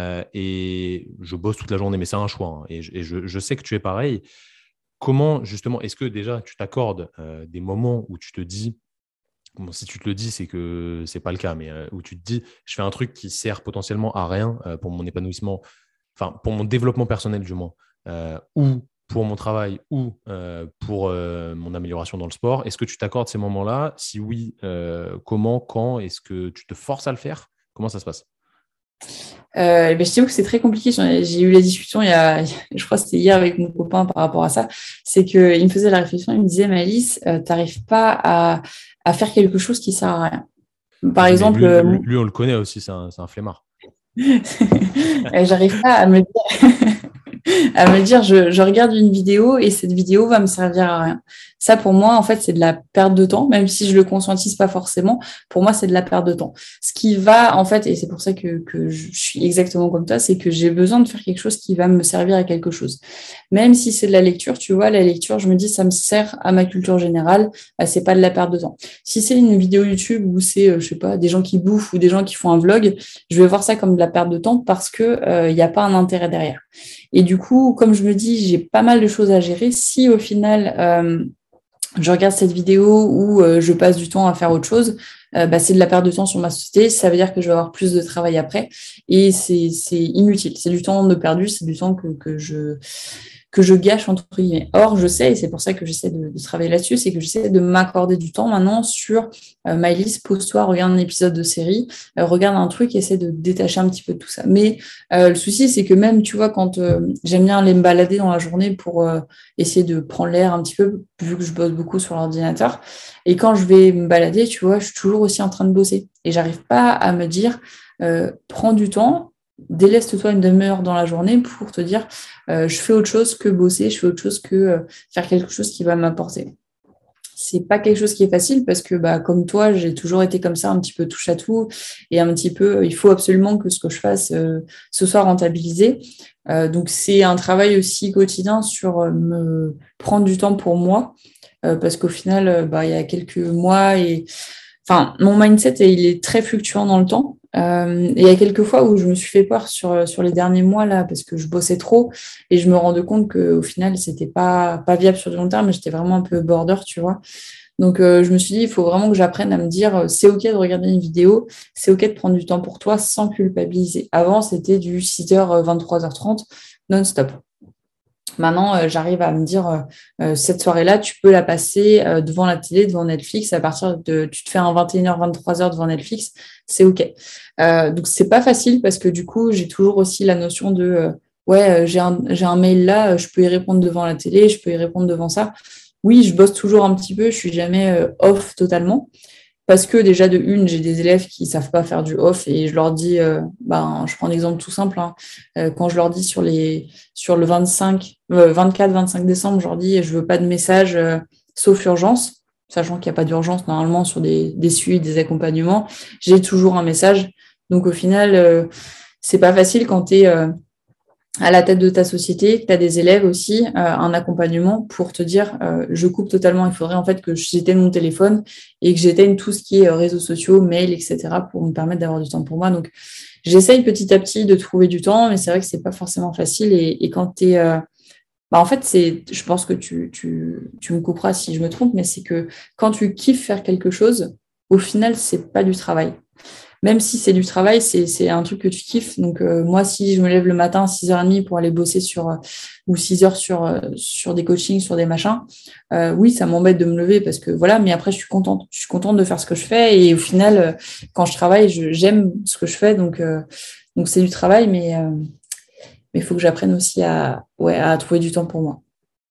Et je bosse toute la journée, mais c'est un choix. Hein. Et je sais que tu es pareil. Comment, justement, est-ce que déjà tu t'accordes des moments où tu te dis, bon, si tu te le dis, c'est que ce n'est pas le cas, mais où tu te dis, je fais un truc qui sert potentiellement à rien pour mon épanouissement, enfin, pour mon développement personnel du moins, ou pour mon travail ou pour mon amélioration dans le sport. Est-ce que tu t'accordes ces moments-là? Si oui, comment, quand? Est-ce que tu te forces à le faire? Comment ça se passe? Je t'avoue que c'est très compliqué. J'ai eu la discussion je crois que c'était hier avec mon copain par rapport à ça. C'est qu'il me faisait la réflexion, il me disait, Malice, tu n'arrives pas à faire quelque chose qui ne sert à rien. Par exemple, lui, on le connaît aussi, c'est un flemmard. J'arrive pas à me dire je regarde une vidéo et cette vidéo va me servir à rien. Ça, pour moi, en fait, c'est de la perte de temps, même si je le conscientise pas forcément. Pour moi, c'est de la perte de temps. Ce qui va, en fait, et c'est pour ça que je suis exactement comme toi, c'est que j'ai besoin de faire quelque chose qui va me servir à quelque chose. Même si c'est de la lecture, tu vois, la lecture, je me dis, ça me sert à ma culture générale, c'est pas de la perte de temps. Si c'est une vidéo YouTube où c'est, je sais pas, des gens qui bouffent ou des gens qui font un vlog, je vais voir ça comme de la perte de temps parce que y a pas un intérêt derrière. Et du coup, comme je me dis, j'ai pas mal de choses à gérer. Si au final, je regarde cette vidéo où je passe du temps à faire autre chose, c'est de la perte de temps sur ma société. Ça veut dire que je vais avoir plus de travail après. Et c'est inutile. C'est du temps de perdu, c'est du temps que je gâche, entre guillemets. Or, je sais, et c'est pour ça que j'essaie de travailler là-dessus, c'est que j'essaie de m'accorder du temps maintenant sur Maëlys, pose-toi, regarde un épisode de série, regarde un truc, essaie de détacher un petit peu de tout ça. Mais le souci, c'est que même, tu vois, quand j'aime bien aller me balader dans la journée pour essayer de prendre l'air un petit peu, vu que je bosse beaucoup sur l'ordinateur, et quand je vais me balader, tu vois, je suis toujours aussi en train de bosser. Et j'arrive pas à me dire, prends du temps, déleste-toi une demi-heure dans la journée pour te dire je fais autre chose que bosser, je fais autre chose que faire quelque chose qui va m'apporter. C'est pas quelque chose qui est facile parce que comme toi, j'ai toujours été comme ça, un petit peu touche à tout et un petit peu, il faut absolument que ce que je fasse ce soit rentabilisé. Donc c'est un travail aussi quotidien sur me prendre du temps pour moi parce qu'au final, il y a quelques mois mon mindset, il est très fluctuant dans le temps. Et il y a quelques fois où je me suis fait peur sur les derniers mois là parce que je bossais trop et je me rendais compte qu'au final, c'était pas viable sur du long terme, mais j'étais vraiment un peu border, tu vois. Donc, je me suis dit, il faut vraiment que j'apprenne à me dire, c'est OK de regarder une vidéo, c'est OK de prendre du temps pour toi sans culpabiliser. Avant, c'était du 6h, 23h30 non-stop. Maintenant, j'arrive à me dire, cette soirée-là, tu peux la passer devant la télé, devant Netflix. À partir de, tu te fais un 21h, 23h devant Netflix, c'est OK. Donc, c'est pas facile parce que du coup, j'ai toujours aussi la notion de, ouais, j'ai un mail là, je peux y répondre devant la télé, je peux y répondre devant ça. Oui, je bosse toujours un petit peu, je suis jamais off totalement. Parce que déjà, de une, j'ai des élèves qui ne savent pas faire du off et je leur dis, je prends un exemple tout simple, hein, quand je leur dis sur le 24-25 décembre, je leur dis, je ne veux pas de message sauf urgence, sachant qu'il n'y a pas d'urgence normalement sur des suivis, des accompagnements, j'ai toujours un message. Donc au final, c'est pas facile quand tu es à la tête de ta société, que tu as des élèves aussi, un accompagnement pour te dire je coupe totalement. Il faudrait en fait que j'éteigne mon téléphone et que j'éteigne tout ce qui est réseaux sociaux, mails, etc. pour me permettre d'avoir du temps pour moi. Donc, j'essaye petit à petit de trouver du temps, mais c'est vrai que c'est pas forcément facile. Et quand tu es. En fait, je pense que tu me couperas si je me trompe, mais c'est que quand tu kiffes faire quelque chose, au final, c'est pas du travail. Même si c'est du travail, c'est un truc que tu kiffes. Donc, moi, si je me lève le matin à 6h30 pour aller bosser ou 6 heures sur des coachings, sur des machins, oui, ça m'embête de me lever parce que voilà, mais après, je suis contente. Je suis contente de faire ce que je fais. Et au final, quand je travaille, j'aime ce que je fais. Donc c'est du travail, mais il faut que j'apprenne aussi à trouver du temps pour moi.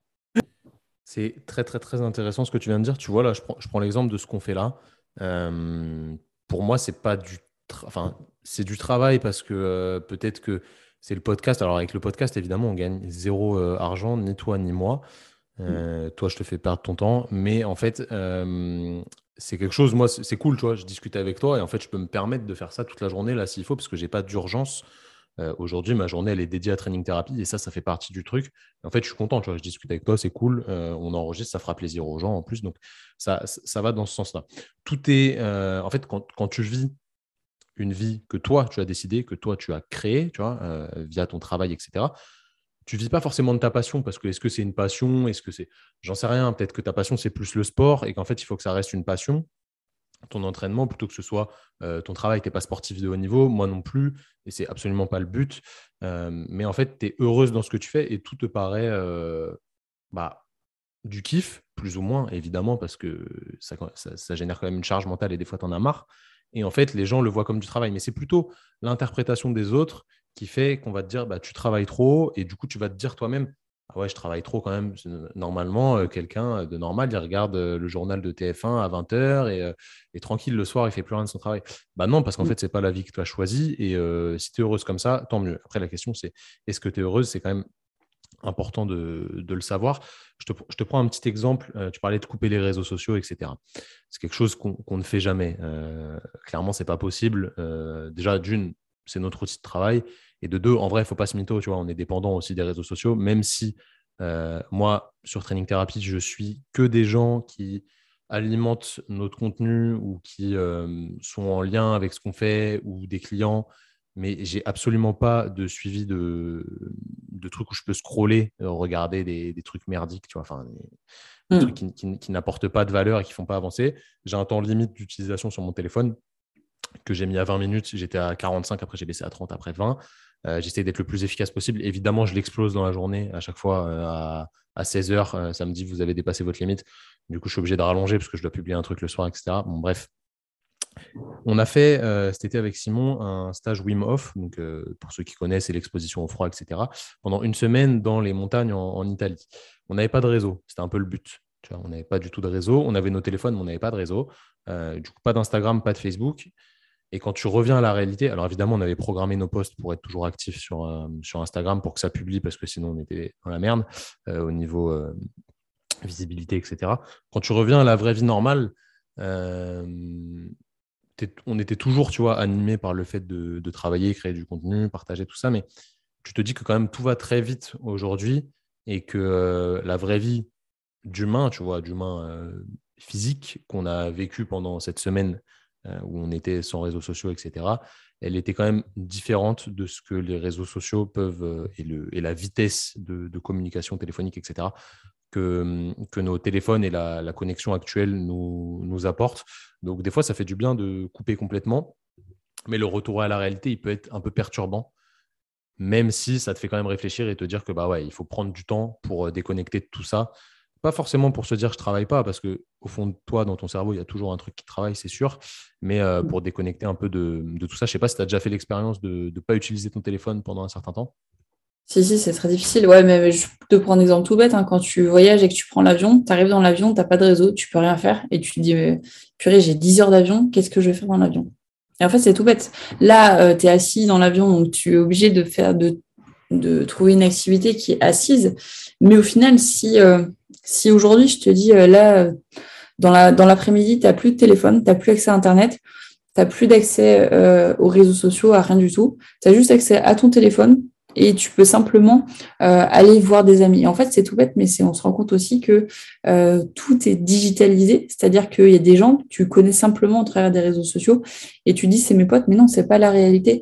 C'est très, très, très intéressant ce que tu viens de dire. Tu vois, là, je prends l'exemple de ce qu'on fait là. Euh, pour moi, c'est pas enfin, c'est du travail parce que peut-être que c'est le podcast. Alors, avec le podcast, évidemment, on gagne zéro argent, ni toi, ni moi. Toi, je te fais perdre ton temps. Mais en fait, c'est quelque chose, moi, c'est cool, tu vois. Je discute avec toi et en fait, je peux me permettre de faire ça toute la journée, là, s'il faut, parce que j'ai pas d'urgence. Aujourd'hui, ma journée, elle est dédiée à Training Therapy et ça fait partie du truc. Et en fait, je suis content, tu vois, je discute avec toi, c'est cool. On enregistre, ça fera plaisir aux gens en plus. Donc, ça va dans ce sens-là. Tout est, en fait, quand tu vis une vie que toi, tu as décidé, que toi, tu as créée, tu vois, via ton travail, etc., tu vis pas forcément de ta passion parce que est-ce que c'est une passion? Est-ce que c'est. J'en sais rien. Peut-être que ta passion, c'est plus le sport et qu'en fait, il faut que ça reste une passion ton entraînement plutôt que ce soit ton travail. Tu n'es pas sportif de haut niveau, moi non plus, et c'est absolument pas le but. Mais en fait, tu es heureuse dans ce que tu fais et tout te paraît bah, du kiff, plus ou moins, évidemment, parce que ça génère quand même une charge mentale et des fois, tu en as marre. Et en fait, les gens le voient comme du travail. Mais c'est plutôt l'interprétation des autres qui fait qu'on va te dire bah, tu travailles trop et du coup, tu vas te dire toi-même ah ouais, je travaille trop quand même. Normalement, quelqu'un de normal, il regarde le journal de TF1 à 20h et tranquille, le soir, il fait plus rien de son travail. Bah non, parce qu'en fait, c'est pas la vie que tu as choisie. Et si tu es heureuse comme ça, tant mieux. Après, la question, c'est est-ce que tu es heureuse? C'est quand même important de le savoir. Je te prends un petit exemple. Tu parlais de couper les réseaux sociaux, etc. C'est quelque chose qu'on ne fait jamais. Clairement, c'est pas possible. Déjà, d'une, c'est notre outil de travail. Et de deux, en vrai, il ne faut pas se mytho. Tu vois, on est dépendant aussi des réseaux sociaux, même si moi, sur Training Therapy, je suis que des gens qui alimentent notre contenu ou qui sont en lien avec ce qu'on fait ou des clients mais j'ai absolument pas de suivi de trucs où je peux scroller, regarder des trucs merdiques, tu vois, enfin, des trucs qui n'apportent pas de valeur et qui ne font pas avancer. J'ai un temps limite d'utilisation sur mon téléphone que j'ai mis à 20 minutes. J'étais à 45, après j'ai baissé à 30, après 20. J'essaie d'être le plus efficace possible. Évidemment, je l'explose dans la journée à chaque fois à 16 heures. Ça me dit, vous avez dépassé votre limite. Du coup, je suis obligé de rallonger parce que je dois publier un truc le soir, etc. Bon, bref, on a fait cet été avec Simon un stage Wim Hof, donc pour ceux qui connaissent, c'est l'exposition au froid, etc. Pendant une semaine dans les montagnes en Italie. On n'avait pas de réseau, c'était un peu le but. Tu vois, on n'avait pas du tout de réseau, on avait nos téléphones, mais on n'avait pas de réseau. Du coup, pas d'Instagram, pas de Facebook. Et quand tu reviens à la réalité, alors évidemment, on avait programmé nos posts pour être toujours actifs sur Instagram pour que ça publie, parce que sinon on était dans la merde au niveau visibilité, etc. Quand tu reviens à la vraie vie normale, on était toujours, tu vois, animé par le fait de travailler, créer du contenu, partager tout ça, mais tu te dis que quand même tout va très vite aujourd'hui et que la vraie vie d'humain, tu vois, d'humain physique qu'on a vécu pendant cette semaine où on était sans réseaux sociaux, etc., elle était quand même différente de ce que les réseaux sociaux peuvent et la vitesse de communication téléphonique, etc., que nos téléphones et la connexion actuelle nous apportent. Donc, des fois, ça fait du bien de couper complètement, mais le retour à la réalité, il peut être un peu perturbant. même si ça te fait quand même réfléchir et te dire que bah ouais, il faut prendre du temps pour déconnecter de tout ça. Pas forcément pour se dire je travaille pas, parce que au fond de toi, dans ton cerveau, il y a toujours un truc qui travaille, c'est sûr, mais pour déconnecter un peu de tout ça. Je sais pas si tu as déjà fait l'expérience de ne pas utiliser ton téléphone pendant un certain temps. Si, c'est très difficile. Ouais, mais je te prends un exemple tout bête, hein. Quand tu voyages et que tu prends l'avion, tu arrives dans l'avion, tu n'as pas de réseau, tu peux rien faire. Et tu te dis, purée, j'ai 10 heures d'avion, qu'est-ce que je vais faire dans l'avion? Et en fait, c'est tout bête. Là, tu es assis dans l'avion, donc tu es obligé de trouver une activité qui est assise. Mais au final, si aujourd'hui, je te dis, dans l'après-midi, tu n'as plus de téléphone, tu n'as plus accès à Internet, tu n'as plus d'accès aux réseaux sociaux, à rien du tout. Tu as juste accès à ton téléphone et tu peux simplement aller voir des amis. En fait, c'est tout bête, mais on se rend compte aussi que tout est digitalisé, c'est-à-dire qu'il y a des gens que tu connais simplement au travers des réseaux sociaux et tu dis c'est mes potes, mais non, c'est pas la réalité.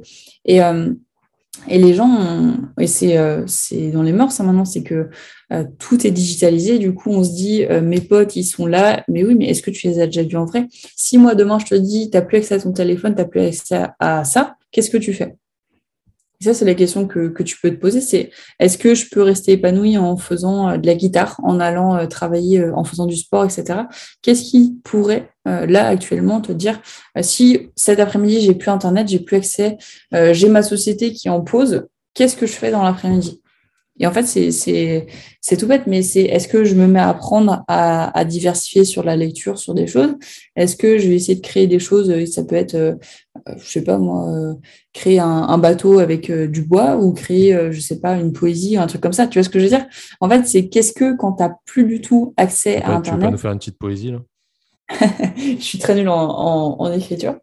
Et les gens, et c'est dans les mœurs, hein, maintenant, c'est que tout est digitalisé. Du coup, on se dit, mes potes, ils sont là. Mais oui, mais est-ce que tu les as déjà vus en vrai? Si moi, demain, je te dis, tu n'as plus accès à ton téléphone, tu n'as plus accès à ça, qu'est-ce que tu fais? Et ça, c'est la question que tu peux te poser, c'est est-ce que je peux rester épanouie en faisant de la guitare, en allant travailler, en faisant du sport, etc. Qu'est-ce qui pourrait, là, actuellement, te dire, si cet après-midi, j'ai plus Internet, j'ai plus accès, j'ai ma société qui est en pause, qu'est-ce que je fais dans l'après-midi? Et en fait, c'est tout bête, mais est-ce que je me mets à apprendre à diversifier sur la lecture, sur des choses? Est-ce que je vais essayer de créer des choses, ça peut être, je sais pas moi, créer un bateau avec du bois ou créer, je sais pas, une poésie ou un truc comme ça, tu vois ce que je veux dire? En fait, c'est qu'est-ce que quand tu n'as plus du tout accès à Tu veux pas Internet, nous faire une petite poésie là? je suis très nulle en écriture,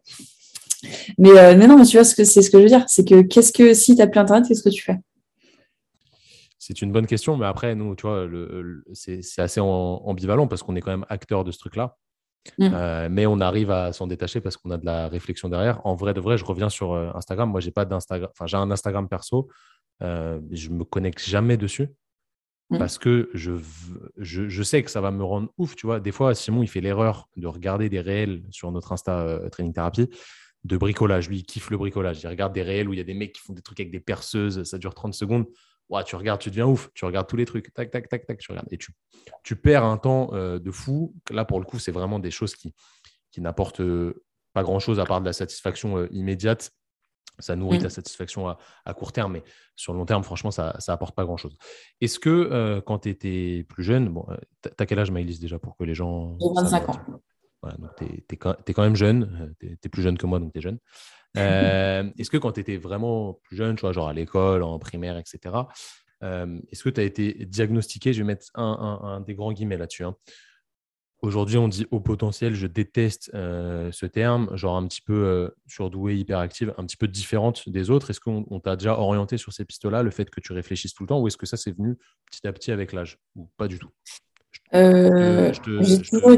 mais non, mais tu vois c'est ce que je veux dire, c'est que si tu n'as plus Internet, qu'est-ce que tu fais? C'est une bonne question, mais après, nous, tu vois, c'est assez ambivalent parce qu'on est quand même acteur de ce truc-là. Mais on arrive à s'en détacher parce qu'on a de la réflexion derrière. En vrai, de vrai, je reviens sur Instagram. Moi, j'ai pas d'Instagram. Enfin, j'ai un Instagram perso. Je me connecte jamais dessus parce que je sais que ça va me rendre ouf. Tu vois, des fois, Simon, il fait l'erreur de regarder des réels sur notre Insta Training Therapy de bricolage. Lui, il kiffe le bricolage. Il regarde des réels où il y a des mecs qui font des trucs avec des perceuses. Ça dure 30 secondes. Ouais, tu regardes, tu deviens ouf. Tu regardes tous les trucs. Tac, tac, tac, tac. Tu regardes. Et tu perds un temps de fou. Là, pour le coup, c'est vraiment des choses qui n'apportent pas grand-chose à part de la satisfaction immédiate. Ça nourrit ta satisfaction à court terme, mais sur le long terme, franchement, ça n'apporte pas grand-chose. Est-ce que quand tu étais plus jeune, bon, t'as quel âge, Maëlys, déjà, pour que les gens... J'ai 25 ans. Voilà, donc t'es quand même jeune. T'es plus jeune que moi, donc t'es jeune. Est-ce que quand tu étais vraiment plus jeune, tu vois, genre à l'école, en primaire, etc., est-ce que tu as été diagnostiqué? Je vais mettre un des grands guillemets là-dessus. Hein. Aujourd'hui, on dit haut potentiel. Je déteste ce terme, genre un petit peu surdoué, hyperactive, un petit peu différente des autres. Est-ce qu'on t'a déjà orienté sur ces pistes-là, le fait que tu réfléchisses tout le temps, ou est-ce que ça, c'est venu petit à petit avec l'âge, ou pas du tout? J'ai toujours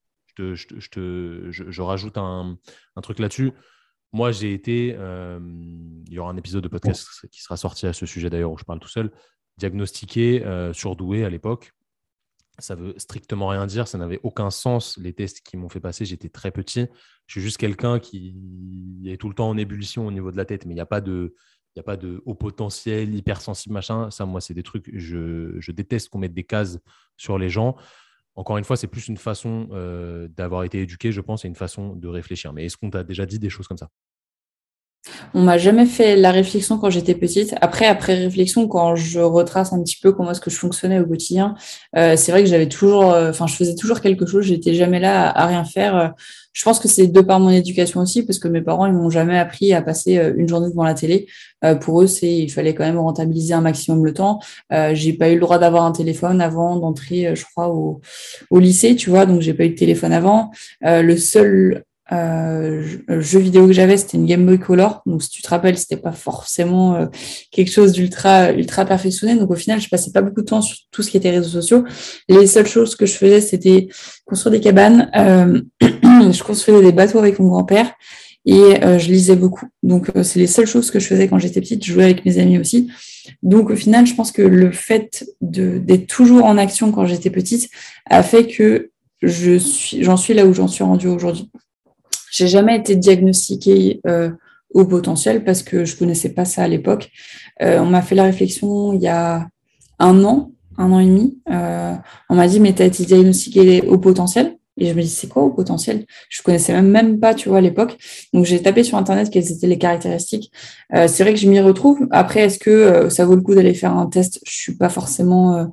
Je rajoute un truc là-dessus. Moi, j'ai été, il y aura un épisode de podcast qui sera sorti à ce sujet d'ailleurs où je parle tout seul, diagnostiqué surdoué à l'époque. Ça veut strictement rien dire, ça n'avait aucun sens les tests qui m'ont fait passer. J'étais très petit. Je suis juste quelqu'un qui est tout le temps en ébullition au niveau de la tête, mais il n'y a pas de haut potentiel, hypersensible, machin. Ça, moi, c'est des trucs, je déteste qu'on mette des cases sur les gens. Encore une fois, c'est plus une façon d'avoir été éduqué, je pense, et une façon de réfléchir. Mais est-ce qu'on t'a déjà dit des choses comme ça? On m'a jamais fait la réflexion quand j'étais petite. Après réflexion, quand je retrace un petit peu comment est-ce que je fonctionnais au quotidien, c'est vrai que j'avais toujours, je faisais toujours quelque chose. J'étais jamais là à rien faire. Je pense que c'est de par mon éducation aussi, parce que mes parents, ils m'ont jamais appris à passer une journée devant la télé. Pour eux, il fallait quand même rentabiliser un maximum le temps. J'ai pas eu le droit d'avoir un téléphone avant d'entrer, je crois, au lycée, tu vois. Donc j'ai pas eu de téléphone avant. Le seul jeu vidéo que j'avais, c'était une Game Boy Color. Donc, si tu te rappelles, c'était pas forcément quelque chose d'ultra perfectionné. Donc, au final, je passais pas beaucoup de temps sur tout ce qui était réseaux sociaux. Les seules choses que je faisais, c'était construire des cabanes. Je construisais des bateaux avec mon grand-père et je lisais beaucoup. Donc, c'est les seules choses que je faisais quand j'étais petite. Je jouais avec mes amis aussi. Donc, au final, je pense que le fait d'être toujours en action quand j'étais petite a fait que j'en suis là où j'en suis rendue aujourd'hui. J'ai jamais été diagnostiquée haut potentiel parce que je connaissais pas ça à l'époque. On m'a fait la réflexion il y a 1 an et demi. On m'a dit, mais tu as été diagnostiqué haut potentiel. Et je me dis, c'est quoi haut potentiel? Je connaissais même pas, tu vois, à l'époque. Donc, j'ai tapé sur Internet quelles étaient les caractéristiques. C'est vrai que je m'y retrouve. Après, est-ce que ça vaut le coup d'aller faire un test? Je suis pas forcément...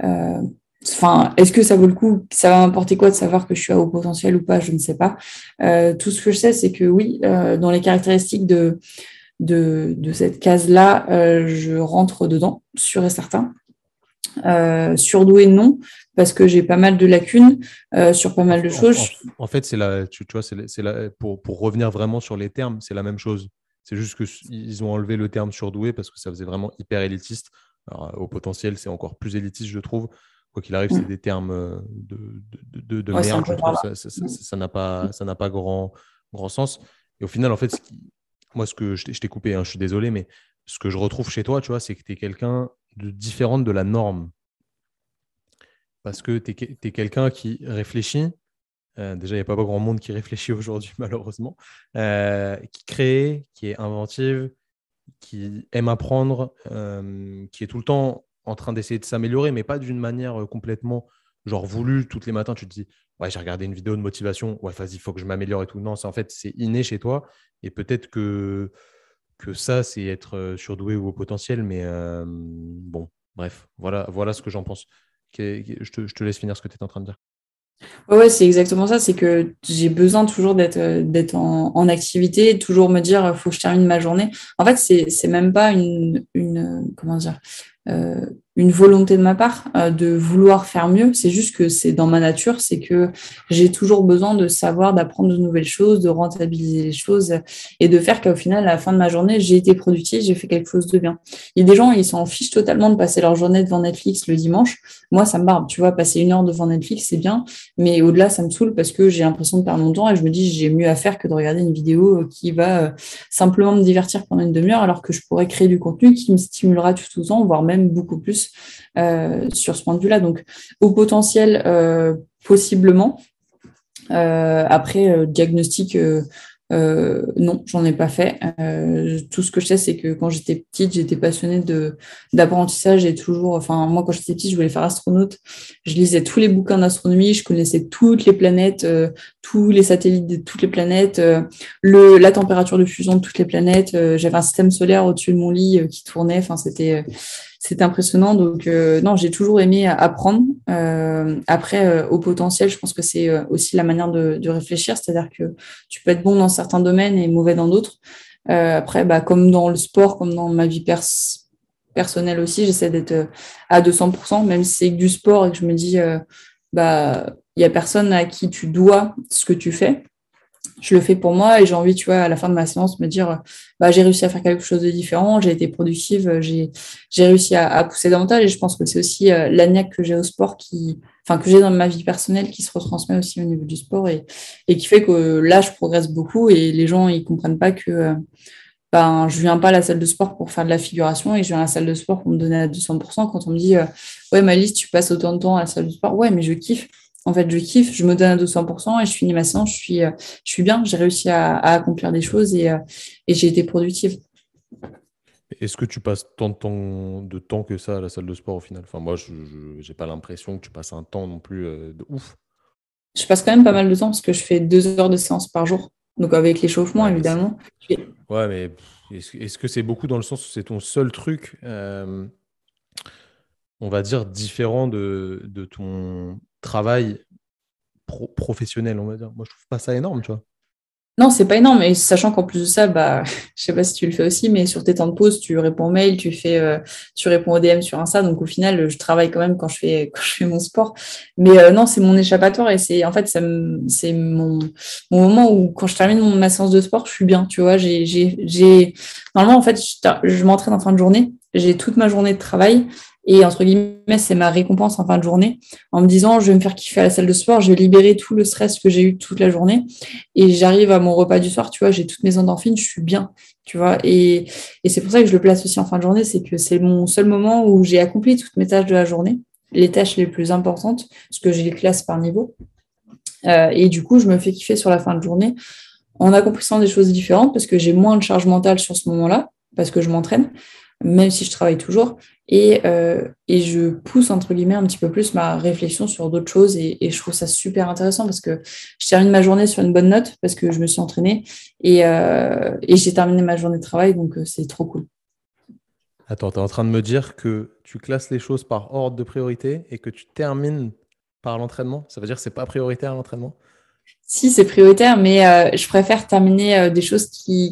est-ce que ça vaut le coup? Ça va m'apporter quoi de savoir que je suis à haut potentiel ou pas? Je ne sais pas. Tout ce que je sais, c'est que oui, dans les caractéristiques de cette case-là, je rentre dedans, sûr et certain. Surdoué, non, parce que j'ai pas mal de lacunes sur pas mal de choses. En fait, tu vois, pour revenir vraiment sur les termes, c'est la même chose. C'est juste qu'ils ont enlevé le terme surdoué parce que ça faisait vraiment hyper élitiste. Alors, au potentiel, c'est encore plus élitiste, je trouve. Quoi qu'il arrive, c'est des termes de merde, je trouve. Ça n'a pas grand sens. Et au final, en fait, moi, ce que je t'ai coupé, hein, je suis désolé, mais ce que je retrouve chez toi, tu vois, c'est que tu es quelqu'un de différente de la norme. Parce que tu es quelqu'un qui réfléchit. Déjà, il n'y a pas grand monde qui réfléchit aujourd'hui, malheureusement. Qui crée, qui est inventive, qui aime apprendre, qui est tout le temps en train d'essayer de s'améliorer, mais pas d'une manière complètement genre voulue. Tous les matins, tu te dis, ouais, j'ai regardé une vidéo de motivation, ouais, vas-y, il faut que je m'améliore et tout. Non, c'est inné chez toi. Et peut-être que ça, c'est être surdoué ou au potentiel, mais bon, bref, voilà ce que j'en pense. Je te laisse finir ce que tu étais en train de dire. Ouais, c'est exactement ça. C'est que j'ai besoin toujours d'être en activité, toujours me dire, faut que je termine ma journée. En fait, c'est même pas comment dire, une volonté de ma part de vouloir faire mieux. C'est juste que c'est dans ma nature. C'est que j'ai toujours besoin de savoir, d'apprendre de nouvelles choses, de rentabiliser les choses et de faire qu'au final, à la fin de ma journée, j'ai été productive, j'ai fait quelque chose de bien. Il y a des gens, ils s'en fichent totalement de passer leur journée devant Netflix le dimanche. Moi, ça me barbe. Tu vois, passer 1 heure devant Netflix, c'est bien. Mais au-delà, ça me saoule parce que j'ai l'impression de perdre mon temps et je me dis j'ai mieux à faire que de regarder une vidéo qui va simplement me divertir pendant une demi-heure alors que je pourrais créer du contenu qui me stimulera tout autant, voire même beaucoup plus sur ce point de vue-là. Donc, au potentiel, possiblement. Après, diagnostic, non, j'en ai pas fait. Tout ce que je sais, c'est que quand j'étais petite, j'étais passionnée d'apprentissage et toujours, enfin, moi, quand j'étais petite, je voulais faire astronaute. Je lisais tous les bouquins d'astronomie, je connaissais toutes les planètes, tous les satellites de toutes les planètes, la température de fusion de toutes les planètes. J'avais un système solaire au-dessus de mon lit qui tournait. Enfin, c'était impressionnant. Donc, non, j'ai toujours aimé apprendre. Après, au potentiel, je pense que c'est aussi la manière de réfléchir. C'est-à-dire que tu peux être bon dans certains domaines et mauvais dans d'autres. Après, comme dans le sport, comme dans ma vie personnelle aussi, j'essaie d'être à 200%, même si c'est du sport et que je me dis, il n'y a personne à qui tu dois ce que tu fais. Je le fais pour moi et j'ai envie, tu vois, à la fin de ma séance, me dire, j'ai réussi à faire quelque chose de différent, j'ai été productive, j'ai réussi à pousser davantage et je pense que c'est aussi la niaque que j'ai au sport que j'ai dans ma vie personnelle qui se retransmet aussi au niveau du sport et qui fait que là, je progresse beaucoup et les gens, ils comprennent pas que je viens pas à la salle de sport pour faire de la figuration et je viens à la salle de sport pour me donner à 200%. Quand on me dit, ouais, Malice, tu passes autant de temps à la salle de sport, ouais, mais je kiffe. En fait, je kiffe, je me donne à 200% et je finis ma séance, je suis bien, j'ai réussi à accomplir des choses et j'ai été productive. Est-ce que tu passes tant de temps que ça à la salle de sport au final? Enfin, moi, je n'ai pas l'impression que tu passes un temps non plus de ouf. Je passe quand même pas mal de temps parce que je fais 2 heures de séance par jour. Donc avec l'échauffement, évidemment. Ouais, mais est-ce que c'est beaucoup dans le sens où c'est ton seul truc, on va dire, différent de ton travail professionnel, on va dire? Moi, je trouve pas ça énorme, tu vois. Non, c'est pas énorme. Et sachant qu'en plus de ça, je sais pas si tu le fais aussi, mais sur tes temps de pause, tu réponds aux mails, tu réponds aux DM sur Insta. Donc au final, je travaille quand même quand je fais mon sport. Mais non, c'est mon échappatoire et c'est en fait c'est mon moment où quand je termine ma séance de sport, je suis bien. Tu vois, normalement en fait, je m'entraîne en fin de journée. J'ai toute ma journée de travail. Et entre guillemets, c'est ma récompense en fin de journée en me disant, je vais me faire kiffer à la salle de sport, je vais libérer tout le stress que j'ai eu toute la journée et j'arrive à mon repas du soir, tu vois, j'ai toutes mes endorphines, je suis bien, tu vois. Et c'est pour ça que je le place aussi en fin de journée, c'est que c'est mon seul moment où j'ai accompli toutes mes tâches de la journée, les tâches les plus importantes, parce que je les classe par niveau. Et du coup, je me fais kiffer sur la fin de journée en accomplissant des choses différentes parce que j'ai moins de charge mentale sur ce moment-là, parce que je m'entraîne, même si je travaille toujours. Et je pousse, entre guillemets, un petit peu plus ma réflexion sur d'autres choses. Et je trouve ça super intéressant parce que je termine ma journée sur une bonne note parce que je me suis entraînée et j'ai terminé ma journée de travail. Donc, c'est trop cool. Attends, tu es en train de me dire que tu classes les choses par ordre de priorité et que tu termines par l'entraînement? Ça veut dire que c'est pas prioritaire l'entraînement? Si, c'est prioritaire, mais je préfère terminer des choses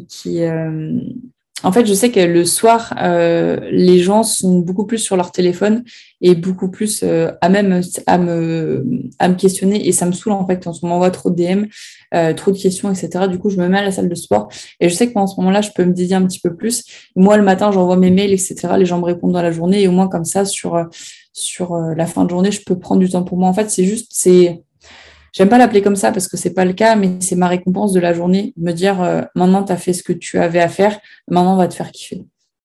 En fait, je sais que le soir, les gens sont beaucoup plus sur leur téléphone et beaucoup plus à me questionner. Et ça me saoule, en fait, quand on m'envoie trop de DM, trop de questions, etc. Du coup, je me mets à la salle de sport. Et je sais que pendant ce moment-là, je peux me dédier un petit peu plus. Moi, le matin, j'envoie mes mails, etc. Les gens me répondent dans la journée. Et au moins, comme ça, sur la fin de journée, je peux prendre du temps pour moi. En fait, j'aime pas l'appeler comme ça parce que c'est pas le cas, mais c'est ma récompense de la journée. Me dire, maintenant, tu as fait ce que tu avais à faire, maintenant, on va te faire kiffer.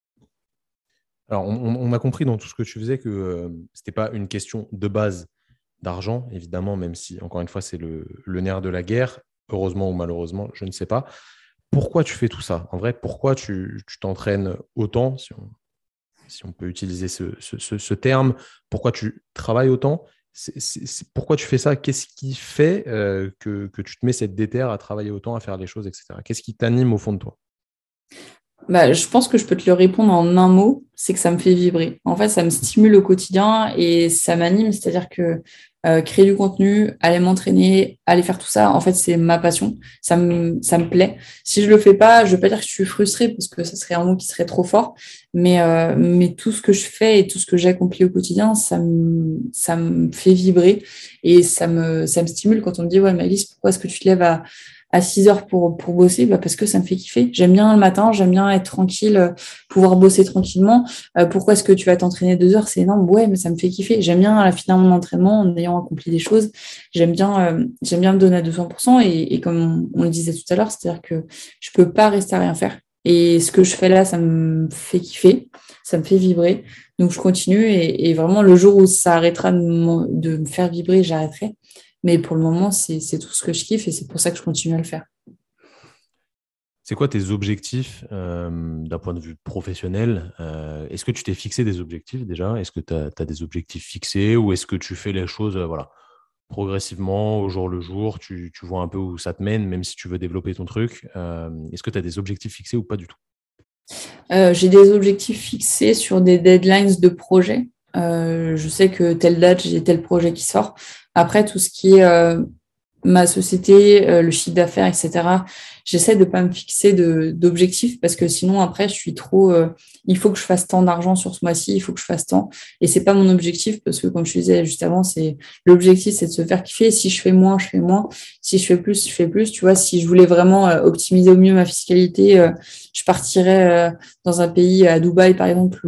Alors, on a compris dans tout ce que tu faisais que ce n'était pas une question de base d'argent, évidemment, même si, encore une fois, c'est le nerf de la guerre, heureusement ou malheureusement, je ne sais pas. Pourquoi tu fais tout ça? En vrai, pourquoi tu t'entraînes autant, si on peut utiliser ce terme? Pourquoi tu travailles autant? Pourquoi tu fais ça? Qu'est-ce qui fait que tu te mets cette déterre à travailler autant, à faire les choses, etc. Qu'est-ce qui t'anime au fond de toi? Bah, je pense que je peux te le répondre en un mot, c'est que ça me fait vibrer. En fait, ça me stimule au quotidien et ça m'anime, c'est-à-dire que créer du contenu, aller m'entraîner, aller faire tout ça, en fait, c'est ma passion, ça me plaît. Si je le fais pas, je veux pas dire que je suis frustrée parce que ça serait un mot qui serait trop fort, mais tout ce que je fais et tout ce que j'accomplis au quotidien, ça me fait vibrer et ça me stimule quand on me dit, ouais, Maëlys, pourquoi est-ce que tu te lèves à 6 heures pour bosser? Bah parce que ça me fait kiffer. J'aime bien le matin, j'aime bien être tranquille, pouvoir bosser tranquillement. Pourquoi est-ce que tu vas t'entraîner 2 heures? C'est énorme. Ouais, mais ça me fait kiffer. J'aime bien à la fin de mon entraînement, en ayant accompli des choses, j'aime bien me donner à 200%. Et comme on le disait tout à l'heure, c'est-à-dire que je peux pas rester à rien faire. Et ce que je fais là, ça me fait kiffer, ça me fait vibrer. Donc, je continue et vraiment, le jour où ça arrêtera de me faire vibrer, j'arrêterai. Mais pour le moment, c'est tout ce que je kiffe et c'est pour ça que je continue à le faire. C'est quoi tes objectifs d'un point de vue professionnel? Est-ce que tu t'es fixé des objectifs déjà? Est-ce que tu as des objectifs fixés ou est-ce que tu fais les choses voilà, progressivement, au jour le jour? Tu vois un peu où ça te mène, même si tu veux développer ton truc. Est-ce que tu as des objectifs fixés ou pas du tout? J'ai des objectifs fixés sur des deadlines de projet. Je sais que telle date, j'ai tel projet qui sort. Après, tout ce qui est ma société, le chiffre d'affaires, etc., j'essaie de ne pas me fixer d'objectifs parce que sinon, après, je suis trop. Il faut que je fasse tant d'argent sur ce mois-ci, il faut que je fasse tant. Et c'est pas mon objectif parce que, comme je te disais juste avant, l'objectif, c'est de se faire kiffer. Si je fais moins, je fais moins. Si je fais plus, je fais plus. Tu vois, si je voulais vraiment optimiser au mieux ma fiscalité, je partirais dans un pays, à Dubaï, par exemple,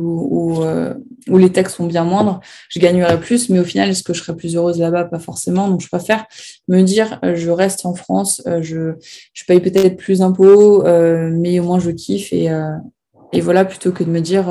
où les taxes sont bien moindres. Je gagnerais plus, mais au final, est-ce que je serais plus heureuse là-bas? Pas forcément. Donc, je préfère me dire, je reste en France, je paye peut-être plus d'impôts, mais au moins je kiffe. Et voilà, plutôt que de me dire,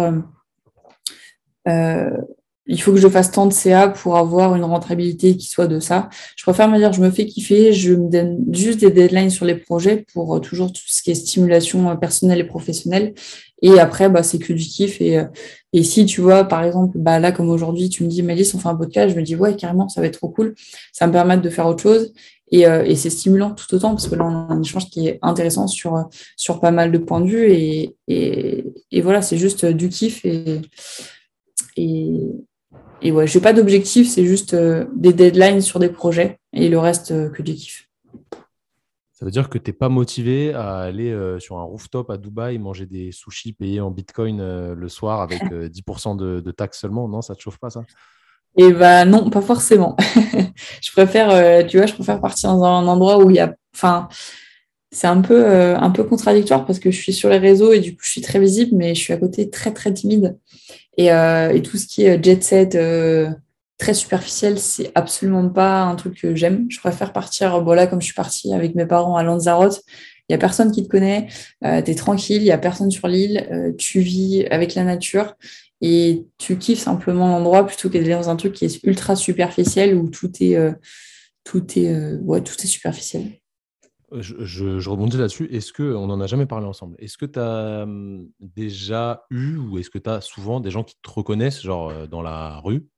euh, il faut que je fasse tant de CA pour avoir une rentabilité qui soit de ça. Je préfère me dire, je me fais kiffer, je me donne juste des deadlines sur les projets pour toujours tout ce qui est stimulation personnelle et professionnelle. Et après, bah, c'est que du kiff. Et si tu vois, par exemple, bah, là, comme aujourd'hui, tu me dis, Malice, on fait un podcast, je me dis, ouais, carrément, ça va être trop cool. Ça va me permettre de faire autre chose. Et c'est stimulant tout autant parce que là, on a un échange qui est intéressant sur pas mal de points de vue. Et voilà, c'est juste du kiff. Et, et ouais, je n'ai pas d'objectif, c'est juste des deadlines sur des projets et le reste que du kiff. Ça veut dire que tu n'es pas motivé à aller sur un rooftop à Dubaï, manger des sushis payés en Bitcoin le soir avec 10% de taxes seulement? Non, ça ne te chauffe pas, ça? Et bah non, pas forcément. Je préfère partir dans un endroit où il y a. Enfin, c'est un peu contradictoire parce que je suis sur les réseaux et du coup, je suis très visible, mais je suis à côté très, très timide. Et tout ce qui est jet set très superficiel, c'est absolument pas un truc que j'aime. Je préfère partir, bon là, comme je suis partie avec mes parents à Lanzarote, il n'y a personne qui te connaît, tu es tranquille, il n'y a personne sur l'île, tu vis avec la nature et tu kiffes simplement l'endroit plutôt que d'aller dans un truc qui est ultra superficiel où tout est superficiel. Je rebondis là-dessus. Est-ce que, on n'en a jamais parlé ensemble, est-ce que tu as déjà eu ou est-ce que tu as souvent des gens qui te reconnaissent, genre dans la rue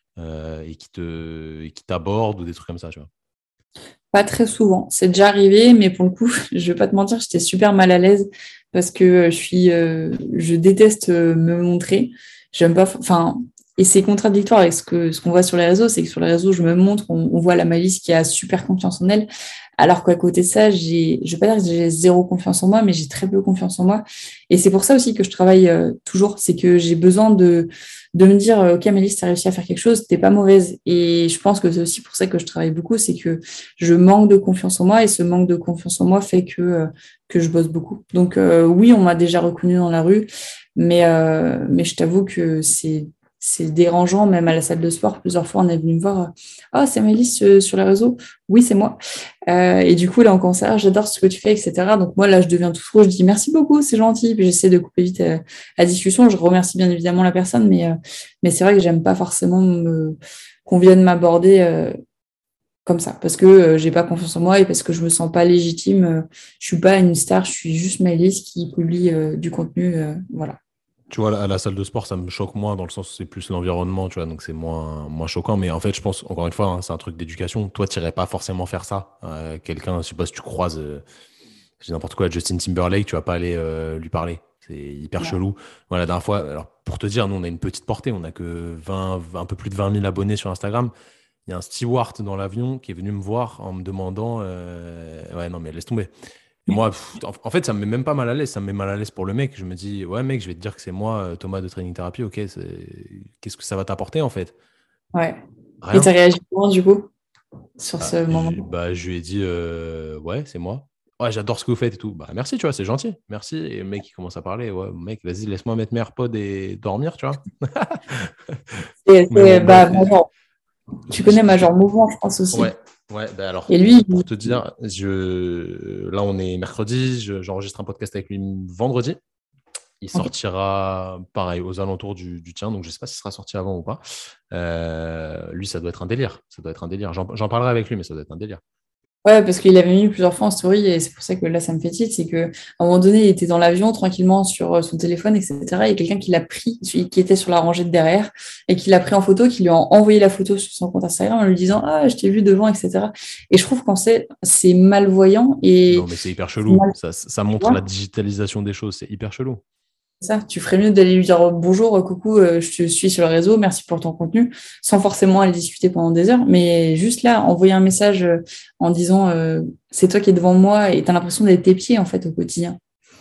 et qui t'abordent ou des trucs comme ça, tu vois? Pas très souvent. C'est déjà arrivé, mais pour le coup, je vais pas te mentir, j'étais super mal à l'aise parce que je déteste me montrer. J'aime pas, enfin, et c'est contradictoire avec ce qu'on voit sur les réseaux, c'est que sur les réseaux, je me montre, on voit la Malice qui a super confiance en elle, alors qu'à côté de ça, je vais pas dire que j'ai zéro confiance en moi, mais j'ai très peu confiance en moi. Et c'est pour ça aussi que je travaille toujours, c'est que j'ai besoin de me dire, ok, Malice, t'as réussi à faire quelque chose, t'es pas mauvaise. Et je pense que c'est aussi pour ça que je travaille beaucoup, c'est que je manque de confiance en moi et ce manque de confiance en moi fait que je bosse beaucoup. Donc oui, on m'a déjà reconnu dans la rue, mais je t'avoue que c'est dérangeant, même à la salle de sport. Plusieurs fois, on est venu me voir. Ah, c'est Maëlys sur les réseaux. Oui, c'est moi. Et du coup, là, en concert, j'adore ce que tu fais, etc. Donc moi, là, je deviens tout rouge. Je dis merci beaucoup, c'est gentil. Puis j'essaie de couper vite la discussion. Je remercie bien évidemment la personne, mais c'est vrai que j'aime pas forcément qu'on vienne m'aborder comme ça, parce que j'ai pas confiance en moi et parce que je me sens pas légitime. Je suis pas une star, je suis juste Maëlys qui publie du contenu, voilà. Tu vois, à la salle de sport, ça me choque moins dans le sens où c'est plus l'environnement, tu vois, donc c'est moins choquant. Mais en fait, je pense, encore une fois, hein, c'est un truc d'éducation. Toi, tu n'irais pas forcément faire ça. Quelqu'un, je sais pas si tu croises, je dis n'importe quoi, Justin Timberlake, tu vas pas aller lui parler. C'est hyper Ouais. chelou. Voilà, la dernière fois, alors pour te dire, nous, on a une petite portée, on a que 20, un peu plus de 20 000 abonnés sur Instagram. Il y a un steward dans l'avion qui est venu me voir en me demandant, ouais, non, mais laisse tomber. Et moi, en fait, ça me met même pas mal à l'aise. Ça me met mal à l'aise pour le mec. Je me dis, ouais, mec, je vais te dire que c'est moi, Thomas de Training Therapy. Ok, qu'est-ce que ça va t'apporter en fait? Ouais. Et tu Rien. as réagi comment, du coup, sur Ah, ce moment? je lui ai dit, ouais, c'est moi. Ouais, j'adore ce que vous faites et tout. Bah, merci, tu vois, c'est gentil. Merci. Et le mec, il commence à parler. Ouais, mec, vas-y, laisse-moi mettre mes AirPods et dormir, tu vois. Mais bon, Bah, bref. Major. Tu connais Major Mouvement, je pense aussi. Ouais, ouais, bah alors, Et lui, pour te dire, là, on est mercredi, j'enregistre un podcast avec lui vendredi. Il ok. sortira, pareil, aux alentours du tien. Donc, je ne sais pas s'il sera sorti avant ou pas. Lui, ça doit être un délire. Ça doit être un délire. J'en parlerai avec lui, mais ça doit être un délire. Ouais, parce qu'il avait mis plusieurs fois en story et c'est pour ça que là, ça me fait tilt. C'est qu'à un moment donné, il était dans l'avion tranquillement sur son téléphone, etc. Et quelqu'un qui l'a pris, celui qui était sur la rangée de derrière, et qui l'a pris en photo, qui lui a envoyé la photo sur son compte Instagram en lui disant ah, je t'ai vu devant, etc. Et je trouve qu'en c'est malvoyant et Non, mais c'est hyper c'est chelou. mal, Ça tu montre la vois. digitalisation des choses. C'est hyper chelou. Ça, tu ferais mieux d'aller lui dire bonjour, coucou, je te suis sur le réseau, merci pour ton contenu, sans forcément aller discuter pendant des heures, mais juste là, envoyer un message en disant c'est toi qui es devant moi et tu as l'impression d'être tes pieds en fait au quotidien.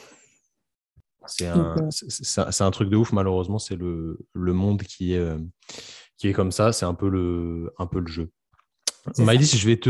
C'est Donc, un truc de ouf, malheureusement. C'est le monde qui est comme ça. C'est un peu le jeu. c'est ça. Maïlis, je vais te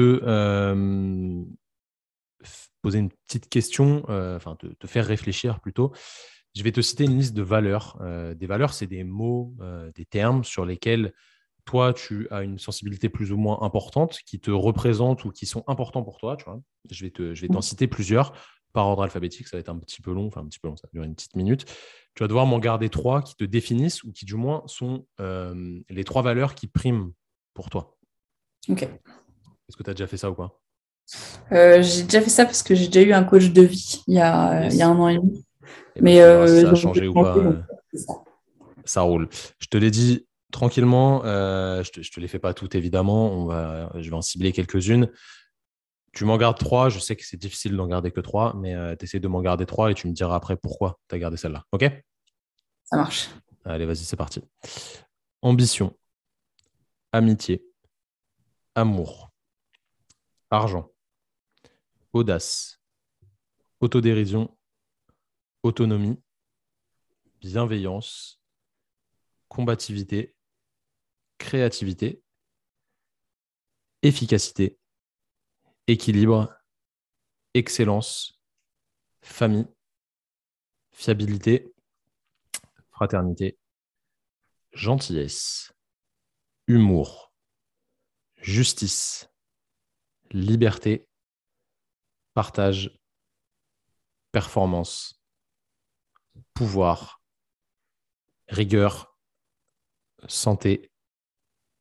poser une petite question, enfin te faire réfléchir plutôt. Je vais te citer une liste de valeurs. Des valeurs, c'est des mots, des termes sur lesquels toi, tu as une sensibilité plus ou moins importante, qui te représentent ou qui sont importants pour toi. Tu vois. Je vais t'en citer plusieurs par ordre alphabétique. Ça va être un petit peu long, enfin un petit peu long, ça va durer une petite minute. Tu vas devoir m'en garder trois qui te définissent ou qui du moins sont les trois valeurs qui priment pour toi. Ok. Est-ce que tu as déjà fait ça ou pas? J'ai déjà fait ça parce que j'ai déjà eu un coach de vie il y a Yes. 1 an et demi. Et ben Mais tu me diras si ça a donc, changé ou pas. c'est ça. Ça roule. Je te l'ai dit tranquillement. Je te les fais pas toutes évidemment. Je vais en cibler quelques-unes. Tu m'en gardes trois. Je sais que c'est difficile d'en garder que trois, mais tu essaies de m'en garder trois et tu me diras après pourquoi tu as gardé celle-là. OK? Ça marche. Allez, vas-y, c'est parti. Ambition, amitié, amour, argent, audace, autodérision, autonomie, bienveillance, combativité, créativité, efficacité, équilibre, excellence, famille, fiabilité, fraternité, gentillesse, humour, justice, liberté, partage, performance, pouvoir, rigueur, santé,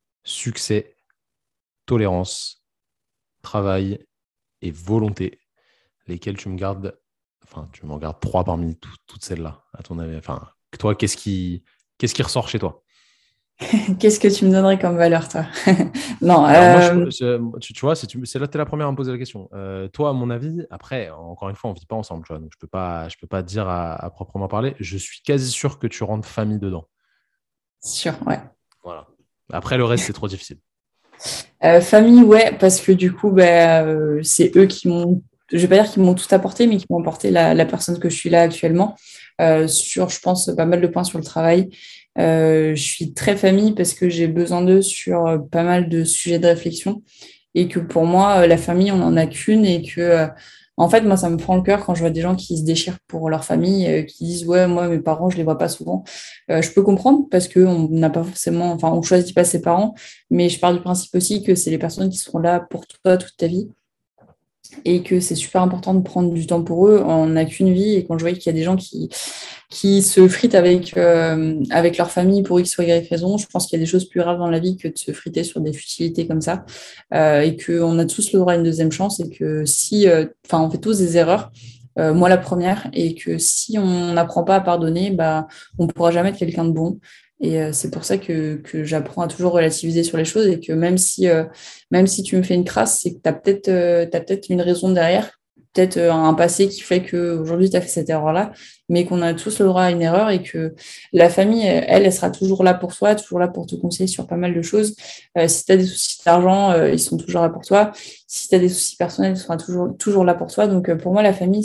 succès, tolérance, travail et volonté. lesquelles tu m'en gardes 3 parmi toutes celles-là, à ton avis. Enfin, toi, qu'est-ce qui ressort chez toi? Qu'est-ce que tu me donnerais comme valeur, toi? Non, Alors moi, tu vois, c'est là que tu es la première à me poser la question. Toi, à mon avis, après, encore une fois, on ne vit pas ensemble, tu vois, donc je peux pas te dire à proprement parler. Je suis quasi sûr que tu rentres famille dedans. sûr, ouais. Voilà. Après, le reste, c'est trop difficile. Famille, ouais, parce que du coup, c'est eux qui m'ont, je vais pas dire qu'ils m'ont tout apporté, mais qui m'ont apporté la personne que je suis là actuellement. Sur, je pense, pas mal de points sur le travail. Je suis très famille parce que j'ai besoin d'eux sur pas mal de sujets de réflexion et que pour moi, la famille, on n'en a qu'une et que, en fait, moi, ça me prend le cœur quand je vois des gens qui se déchirent pour leur famille, qui disent, ouais, moi, mes parents, je les vois pas souvent. Je peux comprendre parce qu'on n'a pas forcément, enfin, on choisit pas ses parents, mais je pars du principe aussi que c'est les personnes qui seront là pour toi toute ta vie et que c'est super important de prendre du temps pour eux. On n'a qu'une vie et quand je vois qu'il y a des gens qui se fritent avec leur famille pour X ou Y raison, je pense qu'il y a des choses plus graves dans la vie que de se friter sur des futilités comme ça et qu'on a tous le droit à une deuxième chance et que si, enfin, on fait tous des erreurs. Moi, la première, et que si on n'apprend pas à pardonner, on ne pourra jamais être quelqu'un de bon. Et c'est pour ça que j'apprends à toujours relativiser sur les choses et que même si tu me fais une crasse, c'est que t'as peut-être une raison derrière, peut-être un passé qui fait qu'aujourd'hui tu as fait cette erreur-là, mais qu'on a tous le droit à une erreur et que la famille, elle sera toujours là pour toi, toujours là pour te conseiller sur pas mal de choses. Si tu as des soucis d'argent, ils sont toujours là pour toi. Si tu as des soucis personnels, ils seront toujours là pour toi. Donc pour moi, la famille,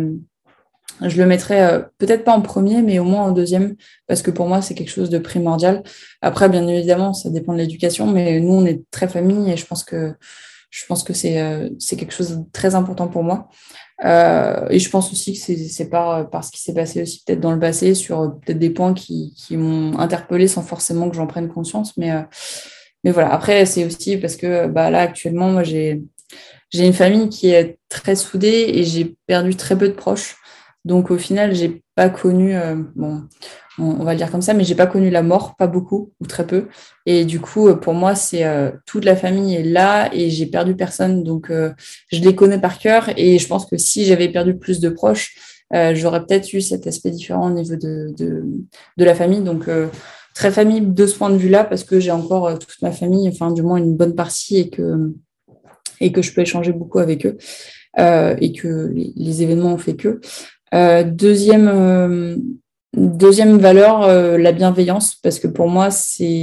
je le mettrais peut-être pas en premier, mais au moins en deuxième, parce que pour moi, c'est quelque chose de primordial. Après, bien évidemment, ça dépend de l'éducation, mais nous, on est très famille et je pense que c'est quelque chose de très important pour moi. Et je pense aussi que c'est par ce qui s'est passé aussi peut-être dans le passé, sur peut-être des points qui m'ont interpellée sans forcément que j'en prenne conscience. Mais voilà, après, c'est aussi parce que là, actuellement, moi, j'ai une famille qui est très soudée et j'ai perdu très peu de proches. Donc au final, j'ai pas connu, bon, on va le dire comme ça, mais j'ai pas connu la mort, pas beaucoup ou très peu. Et du coup, pour moi, c'est toute la famille est là et j'ai perdu personne. Donc je les connais par cœur et je pense que si j'avais perdu plus de proches, j'aurais peut-être eu cet aspect différent au niveau de la famille. Donc très famille de ce point de vue-là parce que j'ai encore toute ma famille, enfin du moins une bonne partie et que je peux échanger beaucoup avec eux et que les événements ont fait que. Deuxième valeur, la bienveillance, parce que pour moi,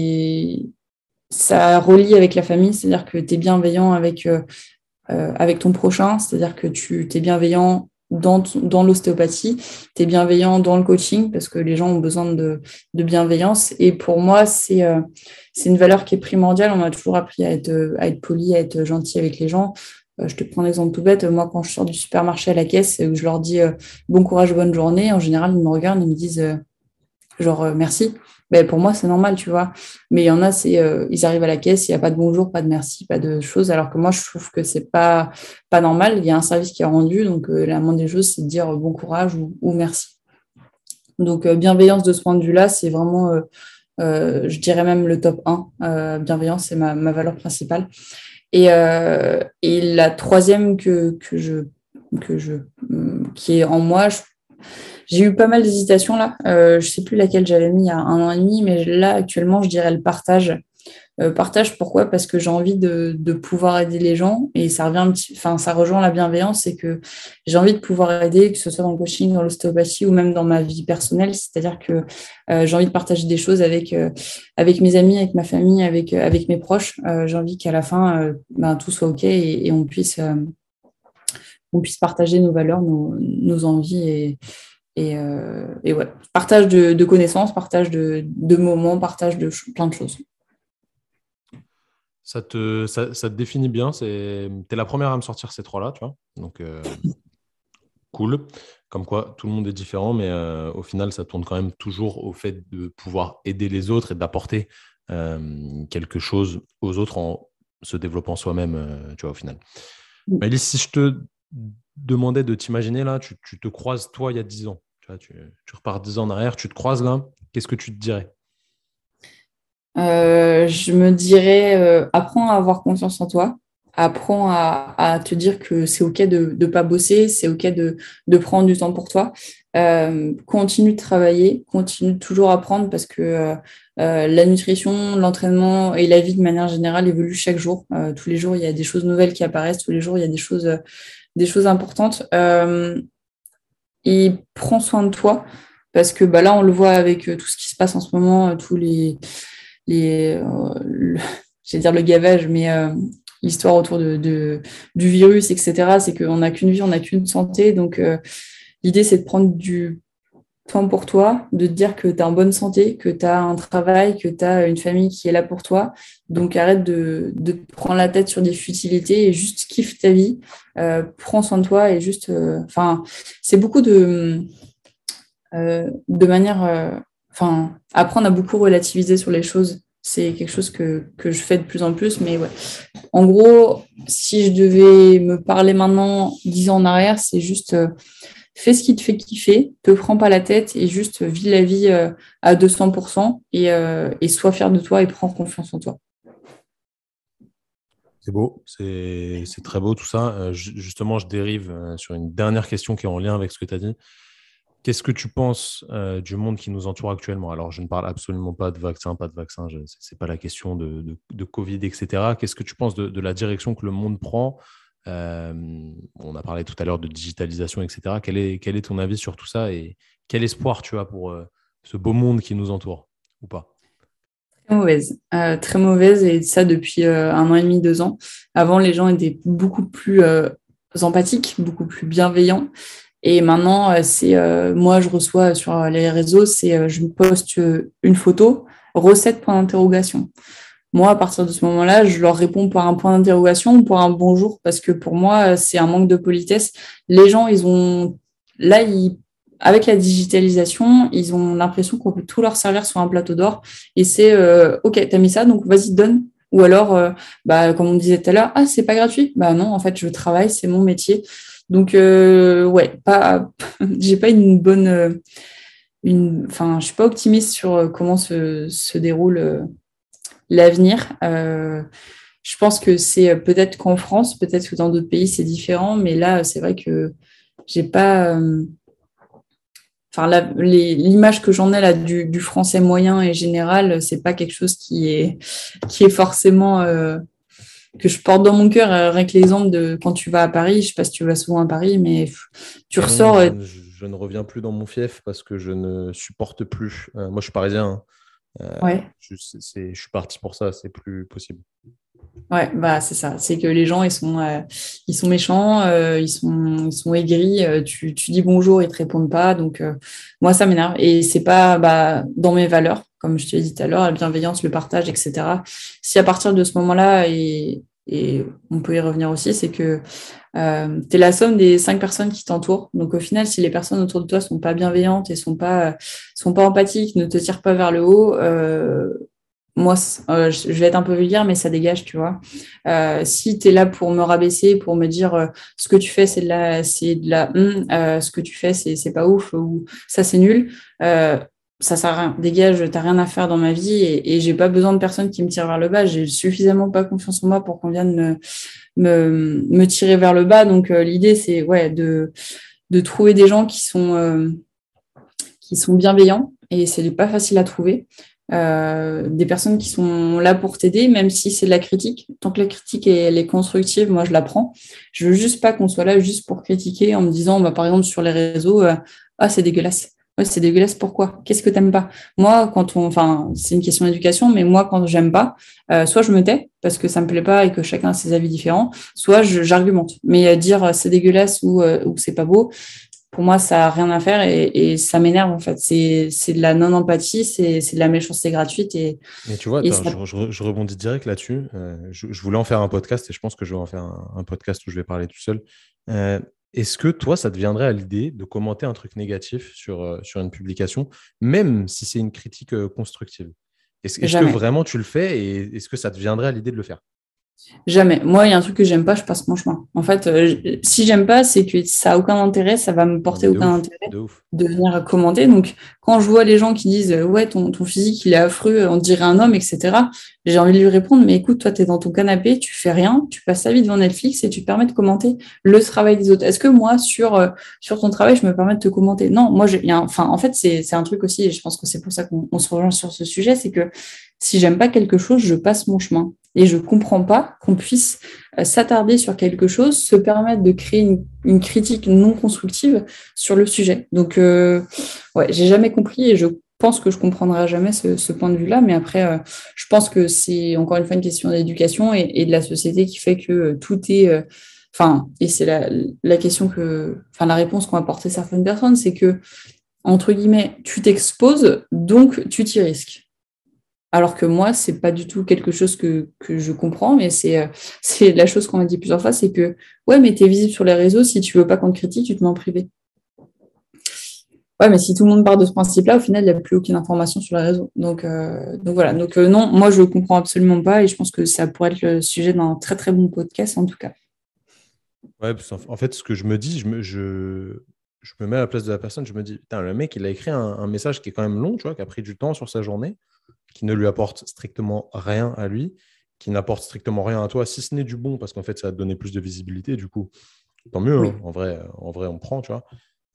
ça relie avec la famille, c'est-à-dire que tu es bienveillant avec ton prochain, c'est-à-dire que tu es bienveillant dans l'ostéopathie, tu es bienveillant dans le coaching, parce que les gens ont besoin de bienveillance. Et pour moi, c'est une valeur qui est primordiale. On m'a toujours appris à être poli, à être gentil avec les gens. Je te prends un exemple tout bête. Moi, quand je sors du supermarché à la caisse, je leur dis bon courage, bonne journée. En général, ils me regardent et me disent merci. Ben, pour moi, c'est normal, tu vois. Mais il y en a, ils arrivent à la caisse, il n'y a pas de bonjour, pas de merci, pas de choses. Alors que moi, je trouve que c'est pas normal. Il y a un service qui est rendu. Donc, la moindre des choses, c'est de dire bon courage ou merci. Donc, bienveillance de ce point de vue-là, c'est vraiment, je dirais même le top 1. Bienveillance, c'est ma valeur principale. Et la troisième qui est en moi, j'ai eu pas mal d'hésitations là. Je ne sais plus laquelle j'avais mis il y a 1 an et demi, mais là, actuellement, je dirais le partage. Partage, pourquoi? Parce que j'ai envie de pouvoir aider les gens et ça revient ça rejoint la bienveillance, c'est que j'ai envie de pouvoir aider, que ce soit dans le coaching, dans l'ostéopathie ou même dans ma vie personnelle. C'est-à-dire que j'ai envie de partager des choses avec mes amis, avec ma famille, avec mes proches. J'ai envie qu'à la fin, tout soit OK et on puisse partager nos valeurs, nos envies et ouais, partage de connaissances, partage de moments, partage de plein de choses. Ça te définit bien. T'es la première à me sortir ces 3-là, tu vois. Donc, cool. Comme quoi, tout le monde est différent, mais au final, ça tourne quand même toujours au fait de pouvoir aider les autres et d'apporter quelque chose aux autres en se développant soi-même, tu vois, au final. Maëlys, si je te demandais de t'imaginer, là, tu te croises, toi, il y a 10 ans. Tu vois, tu repars 10 ans en arrière, tu te croises là, qu'est-ce que tu te dirais? Je me dirais, apprends à avoir confiance en toi. apprends à te dire que c'est OK de ne pas bosser, c'est OK de prendre du temps pour toi. Continue de travailler, continue de toujours apprendre parce que la nutrition, l'entraînement et la vie de manière générale évoluent chaque jour. Tous les jours, il y a des choses nouvelles qui apparaissent, tous les jours, il y a des choses importantes. Et prends soin de toi parce que bah, là, on le voit avec tout ce qui se passe en ce moment, tous les je vais dire le gavage, mais l'histoire autour du virus, etc., c'est qu'on n'a qu'une vie, on n'a qu'une santé. Donc, l'idée, c'est de prendre du temps pour toi, de te dire que tu es en bonne santé, que tu as un travail, que tu as une famille qui est là pour toi. Donc, arrête de te prendre la tête sur des futilités et juste kiffe ta vie. Prends soin de toi et juste... c'est beaucoup de manière... apprendre à beaucoup relativiser sur les choses. C'est quelque chose que je fais de plus en plus, mais ouais. En gros, si je devais me parler maintenant, 10 ans en arrière, c'est juste fais ce qui te fait kiffer, te prends pas la tête et juste vis la vie à 200% et sois fier de toi et prends confiance en toi. C'est beau, c'est très beau tout ça. Justement, je dérive sur une dernière question qui est en lien avec ce que tu as dit. Qu'est-ce que tu penses du monde qui nous entoure actuellement? Alors, je ne parle absolument pas de vaccin, pas de vaccin, ce n'est pas la question de Covid, etc. Qu'est-ce que tu penses de la direction que le monde prend? On a parlé tout à l'heure de digitalisation, etc. Quel est ton avis sur tout ça et quel espoir tu as pour ce beau monde qui nous entoure ou pas? Très mauvaise et ça depuis 1 an et demi, 2 ans. Avant, les gens étaient beaucoup plus empathiques, beaucoup plus bienveillants. Et maintenant, moi, je reçois sur les réseaux, je me poste une photo, recette point d'interrogation. Moi, à partir de ce moment-là, je leur réponds par un point d'interrogation ou par un bonjour, parce que pour moi, c'est un manque de politesse. Les gens, avec la digitalisation, ils ont l'impression qu'on peut tout leur servir sur un plateau d'or. Et c'est, OK, t'as mis ça, donc vas-y, donne. Ou alors, comme on disait tout à l'heure, ah, c'est pas gratuit. Bah non, en fait, je travaille, c'est mon métier. Donc, ouais, j'ai pas une bonne... je suis pas optimiste sur comment se déroule l'avenir. Je pense que c'est peut-être qu'en France, peut-être que dans d'autres pays, c'est différent, mais là, c'est vrai que j'ai pas... l'image que j'en ai là du français moyen et général, c'est pas quelque chose qui est forcément que je porte dans mon cœur. Rien que l'exemple de quand tu vas à Paris, je sais pas si tu vas souvent à Paris, mais tu Ah non, ressors. je ne reviens plus dans mon fief parce que je ne supporte plus. Moi, je suis parisien, hein. Ouais. Je suis parti pour ça, c'est plus possible. Ouais, bah c'est ça. C'est que les gens, ils sont méchants, ils sont aigris. Tu dis bonjour, ils te répondent pas. Donc moi, ça m'énerve. Et c'est pas dans mes valeurs, comme je te l'ai dit tout à l'heure, la bienveillance, le partage, etc. Si à partir de ce moment-là, et on peut y revenir aussi, c'est que tu es la somme des 5 personnes qui t'entourent. Donc au final, si les personnes autour de toi sont pas bienveillantes et sont pas empathiques, ne te tirent pas vers le haut, moi, je vais être un peu vulgaire, mais ça dégage, tu vois. Si tu es là pour me rabaisser, pour me dire ce que tu fais, ce que tu fais, c'est pas ouf, ou ça, c'est nul, ça sert à rien. Dégage, t'as rien à faire dans ma vie et j'ai pas besoin de personnes qui me tirent vers le bas. J'ai suffisamment pas confiance en moi pour qu'on vienne me tirer vers le bas. Donc, l'idée, c'est de trouver des gens qui sont bienveillants et c'est pas facile à trouver. Des personnes qui sont là pour t'aider, même si c'est de la critique. Tant que la critique elle est constructive, moi je la prends. Je veux juste pas qu'on soit là juste pour critiquer en me disant, par exemple sur les réseaux, ah c'est dégueulasse. Ouais, c'est dégueulasse, pourquoi? Qu'est-ce que t'aimes pas? Moi, c'est une question d'éducation, mais moi, quand j'aime pas, soit je me tais parce que ça me plaît pas et que chacun a ses avis différents, soit j'argumente. Mais dire c'est dégueulasse ou c'est pas beau, pour moi, ça n'a rien à faire et ça m'énerve en fait. C'est de la non-empathie, c'est de la méchanceté gratuite. Mais tu vois, Et attends, ça... je rebondis direct là-dessus. Je voulais en faire un podcast et je pense que je vais en faire un podcast où je vais parler tout seul. Est-ce que toi, ça te viendrait à l'idée de commenter un truc négatif sur une publication, même si c'est une critique constructive? Est-ce que Jamais. vraiment tu le fais et est-ce que ça te viendrait à l'idée de le faire? Jamais. Moi, il y a un truc que j'aime pas, je passe mon chemin. En fait, si j'aime pas, c'est que ça a aucun intérêt, ça va me Non, porter mais aucun intérêt de ouf. de venir commenter. Donc, quand je vois les gens qui disent ouais, ton physique, il est affreux, on dirait un homme, etc., j'ai envie de lui répondre, mais écoute, toi, tu es dans ton canapé, tu fais rien, tu passes ta vie devant Netflix et tu te permets de commenter le travail des autres. Est-ce que moi, sur ton travail, je me permets de te commenter? Non, moi, enfin, en fait, c'est un truc aussi, et je pense que c'est pour ça qu'on se rejoint sur ce sujet, c'est que si j'aime pas quelque chose, je passe mon chemin. Et je comprends pas qu'on puisse s'attarder sur quelque chose, se permettre de créer une critique non constructive sur le sujet. Donc, ouais, j'ai jamais compris et je pense que je comprendrai jamais ce point de vue-là. Mais après, je pense que c'est encore une fois une question d'éducation et de la société qui fait que tout est. Enfin, et c'est la question enfin, la réponse qu'ont apporté certaines personnes, c'est que, entre guillemets, tu t'exposes, donc tu t'y risques. Alors que moi, c'est pas du tout quelque chose que je comprends, mais c'est la chose qu'on m'a dit plusieurs fois, c'est que ouais, mais tu es visible sur les réseaux, si tu veux pas qu'on te critique, tu te mets en privé. Ouais, mais si tout le monde part de ce principe-là, au final, il n'y a plus aucune information sur les réseaux. Donc voilà. Donc non, moi, je comprends absolument pas et je pense que ça pourrait être le sujet d'un très très bon podcast en tout cas. Ouais, parce qu'en fait, ce que je me dis, je me mets à la place de la personne, je me dis, putain, le mec, il a écrit un message qui est quand même long, tu vois, qui a pris du temps sur sa journée, qui ne lui apporte strictement rien à lui, qui n'apporte strictement rien à toi, si ce n'est du bon, parce qu'en fait, ça va te donner plus de visibilité, du coup, tant mieux, Oui. hein. En vrai, on prend, tu vois.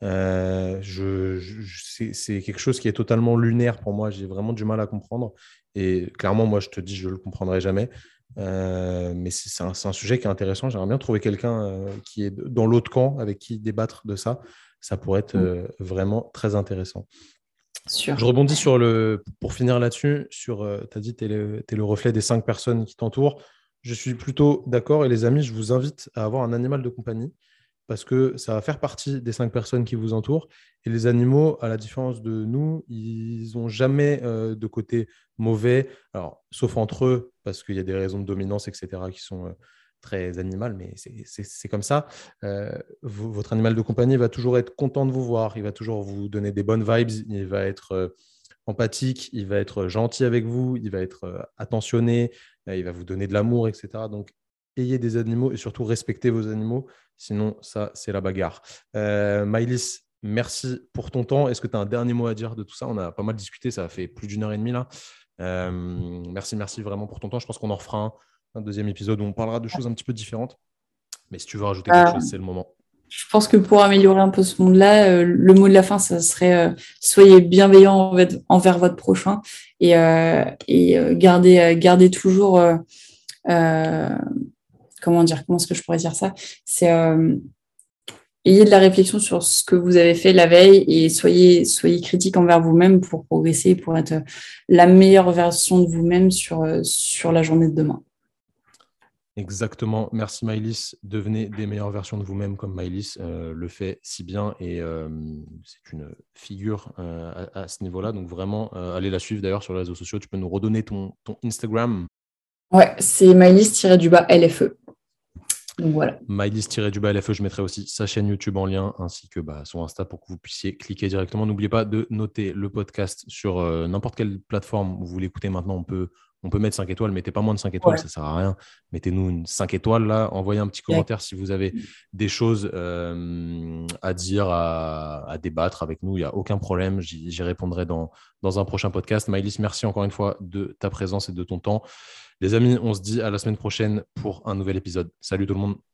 C'est quelque chose qui est totalement lunaire pour moi. J'ai vraiment du mal à comprendre. Et clairement, moi, je te dis, je ne le comprendrai jamais. Mais c'est un sujet qui est intéressant. J'aimerais bien trouver quelqu'un qui est dans l'autre camp avec qui débattre de ça. Ça pourrait être vraiment très intéressant. Je Sûr. rebondis pour finir là-dessus, tu as dit, tu es le reflet des 5 personnes qui t'entourent. Je suis plutôt d'accord. Et les amis, je vous invite à avoir un animal de compagnie parce que ça va faire partie des 5 personnes qui vous entourent. Et les animaux, à la différence de nous, ils n'ont jamais de côté mauvais, alors, sauf entre eux, parce qu'il y a des raisons de dominance, etc., qui sont très animales, mais c'est comme ça. Votre animal de compagnie va toujours être content de vous voir, il va toujours vous donner des bonnes vibes, il va être empathique, il va être gentil avec vous, il va être attentionné, il va vous donner de l'amour, etc. Donc, ayez des animaux et surtout respectez vos animaux. Sinon, ça, c'est la bagarre. Maïlis, merci pour ton temps. Est-ce que tu as un dernier mot à dire de tout ça? On a pas mal discuté, ça a fait plus d'1 heure et demie là. Merci vraiment pour ton temps. Je pense qu'on en refera un deuxième épisode où on parlera de choses un petit peu différentes. Mais si tu veux rajouter quelque chose, c'est le moment. Je pense que pour améliorer un peu ce monde-là, le mot de la fin, ça serait soyez bienveillants envers votre prochain et gardez toujours comment est-ce que je pourrais dire ça? C'est ayez de la réflexion sur ce que vous avez fait la veille et soyez critique envers vous-même pour progresser, pour être la meilleure version de vous-même sur la journée de demain. Exactement. Merci Maïlis. Devenez des meilleures versions de vous-même comme Maïlis le fait si bien et c'est une figure à ce niveau-là. Donc vraiment, allez la suivre d'ailleurs sur les réseaux sociaux. Tu peux nous redonner ton Instagram? Ouais, c'est Maïlis-LFE. Donc voilà. Maïlis-LFE, je mettrai aussi sa chaîne YouTube en lien ainsi que son Insta pour que vous puissiez cliquer directement. N'oubliez pas de noter le podcast sur n'importe quelle plateforme où vous l'écoutez maintenant. On peut mettre 5 étoiles, mettez pas moins de 5 étoiles, ça ne sert à rien. Mettez-nous une 5 étoiles là, envoyez un petit commentaire si vous avez des choses à dire, à débattre avec nous. Il n'y a aucun problème, j'y répondrai dans un prochain podcast. Maïlis, merci encore une fois de ta présence et de ton temps. Les amis, on se dit à la semaine prochaine pour un nouvel épisode. Salut tout le monde.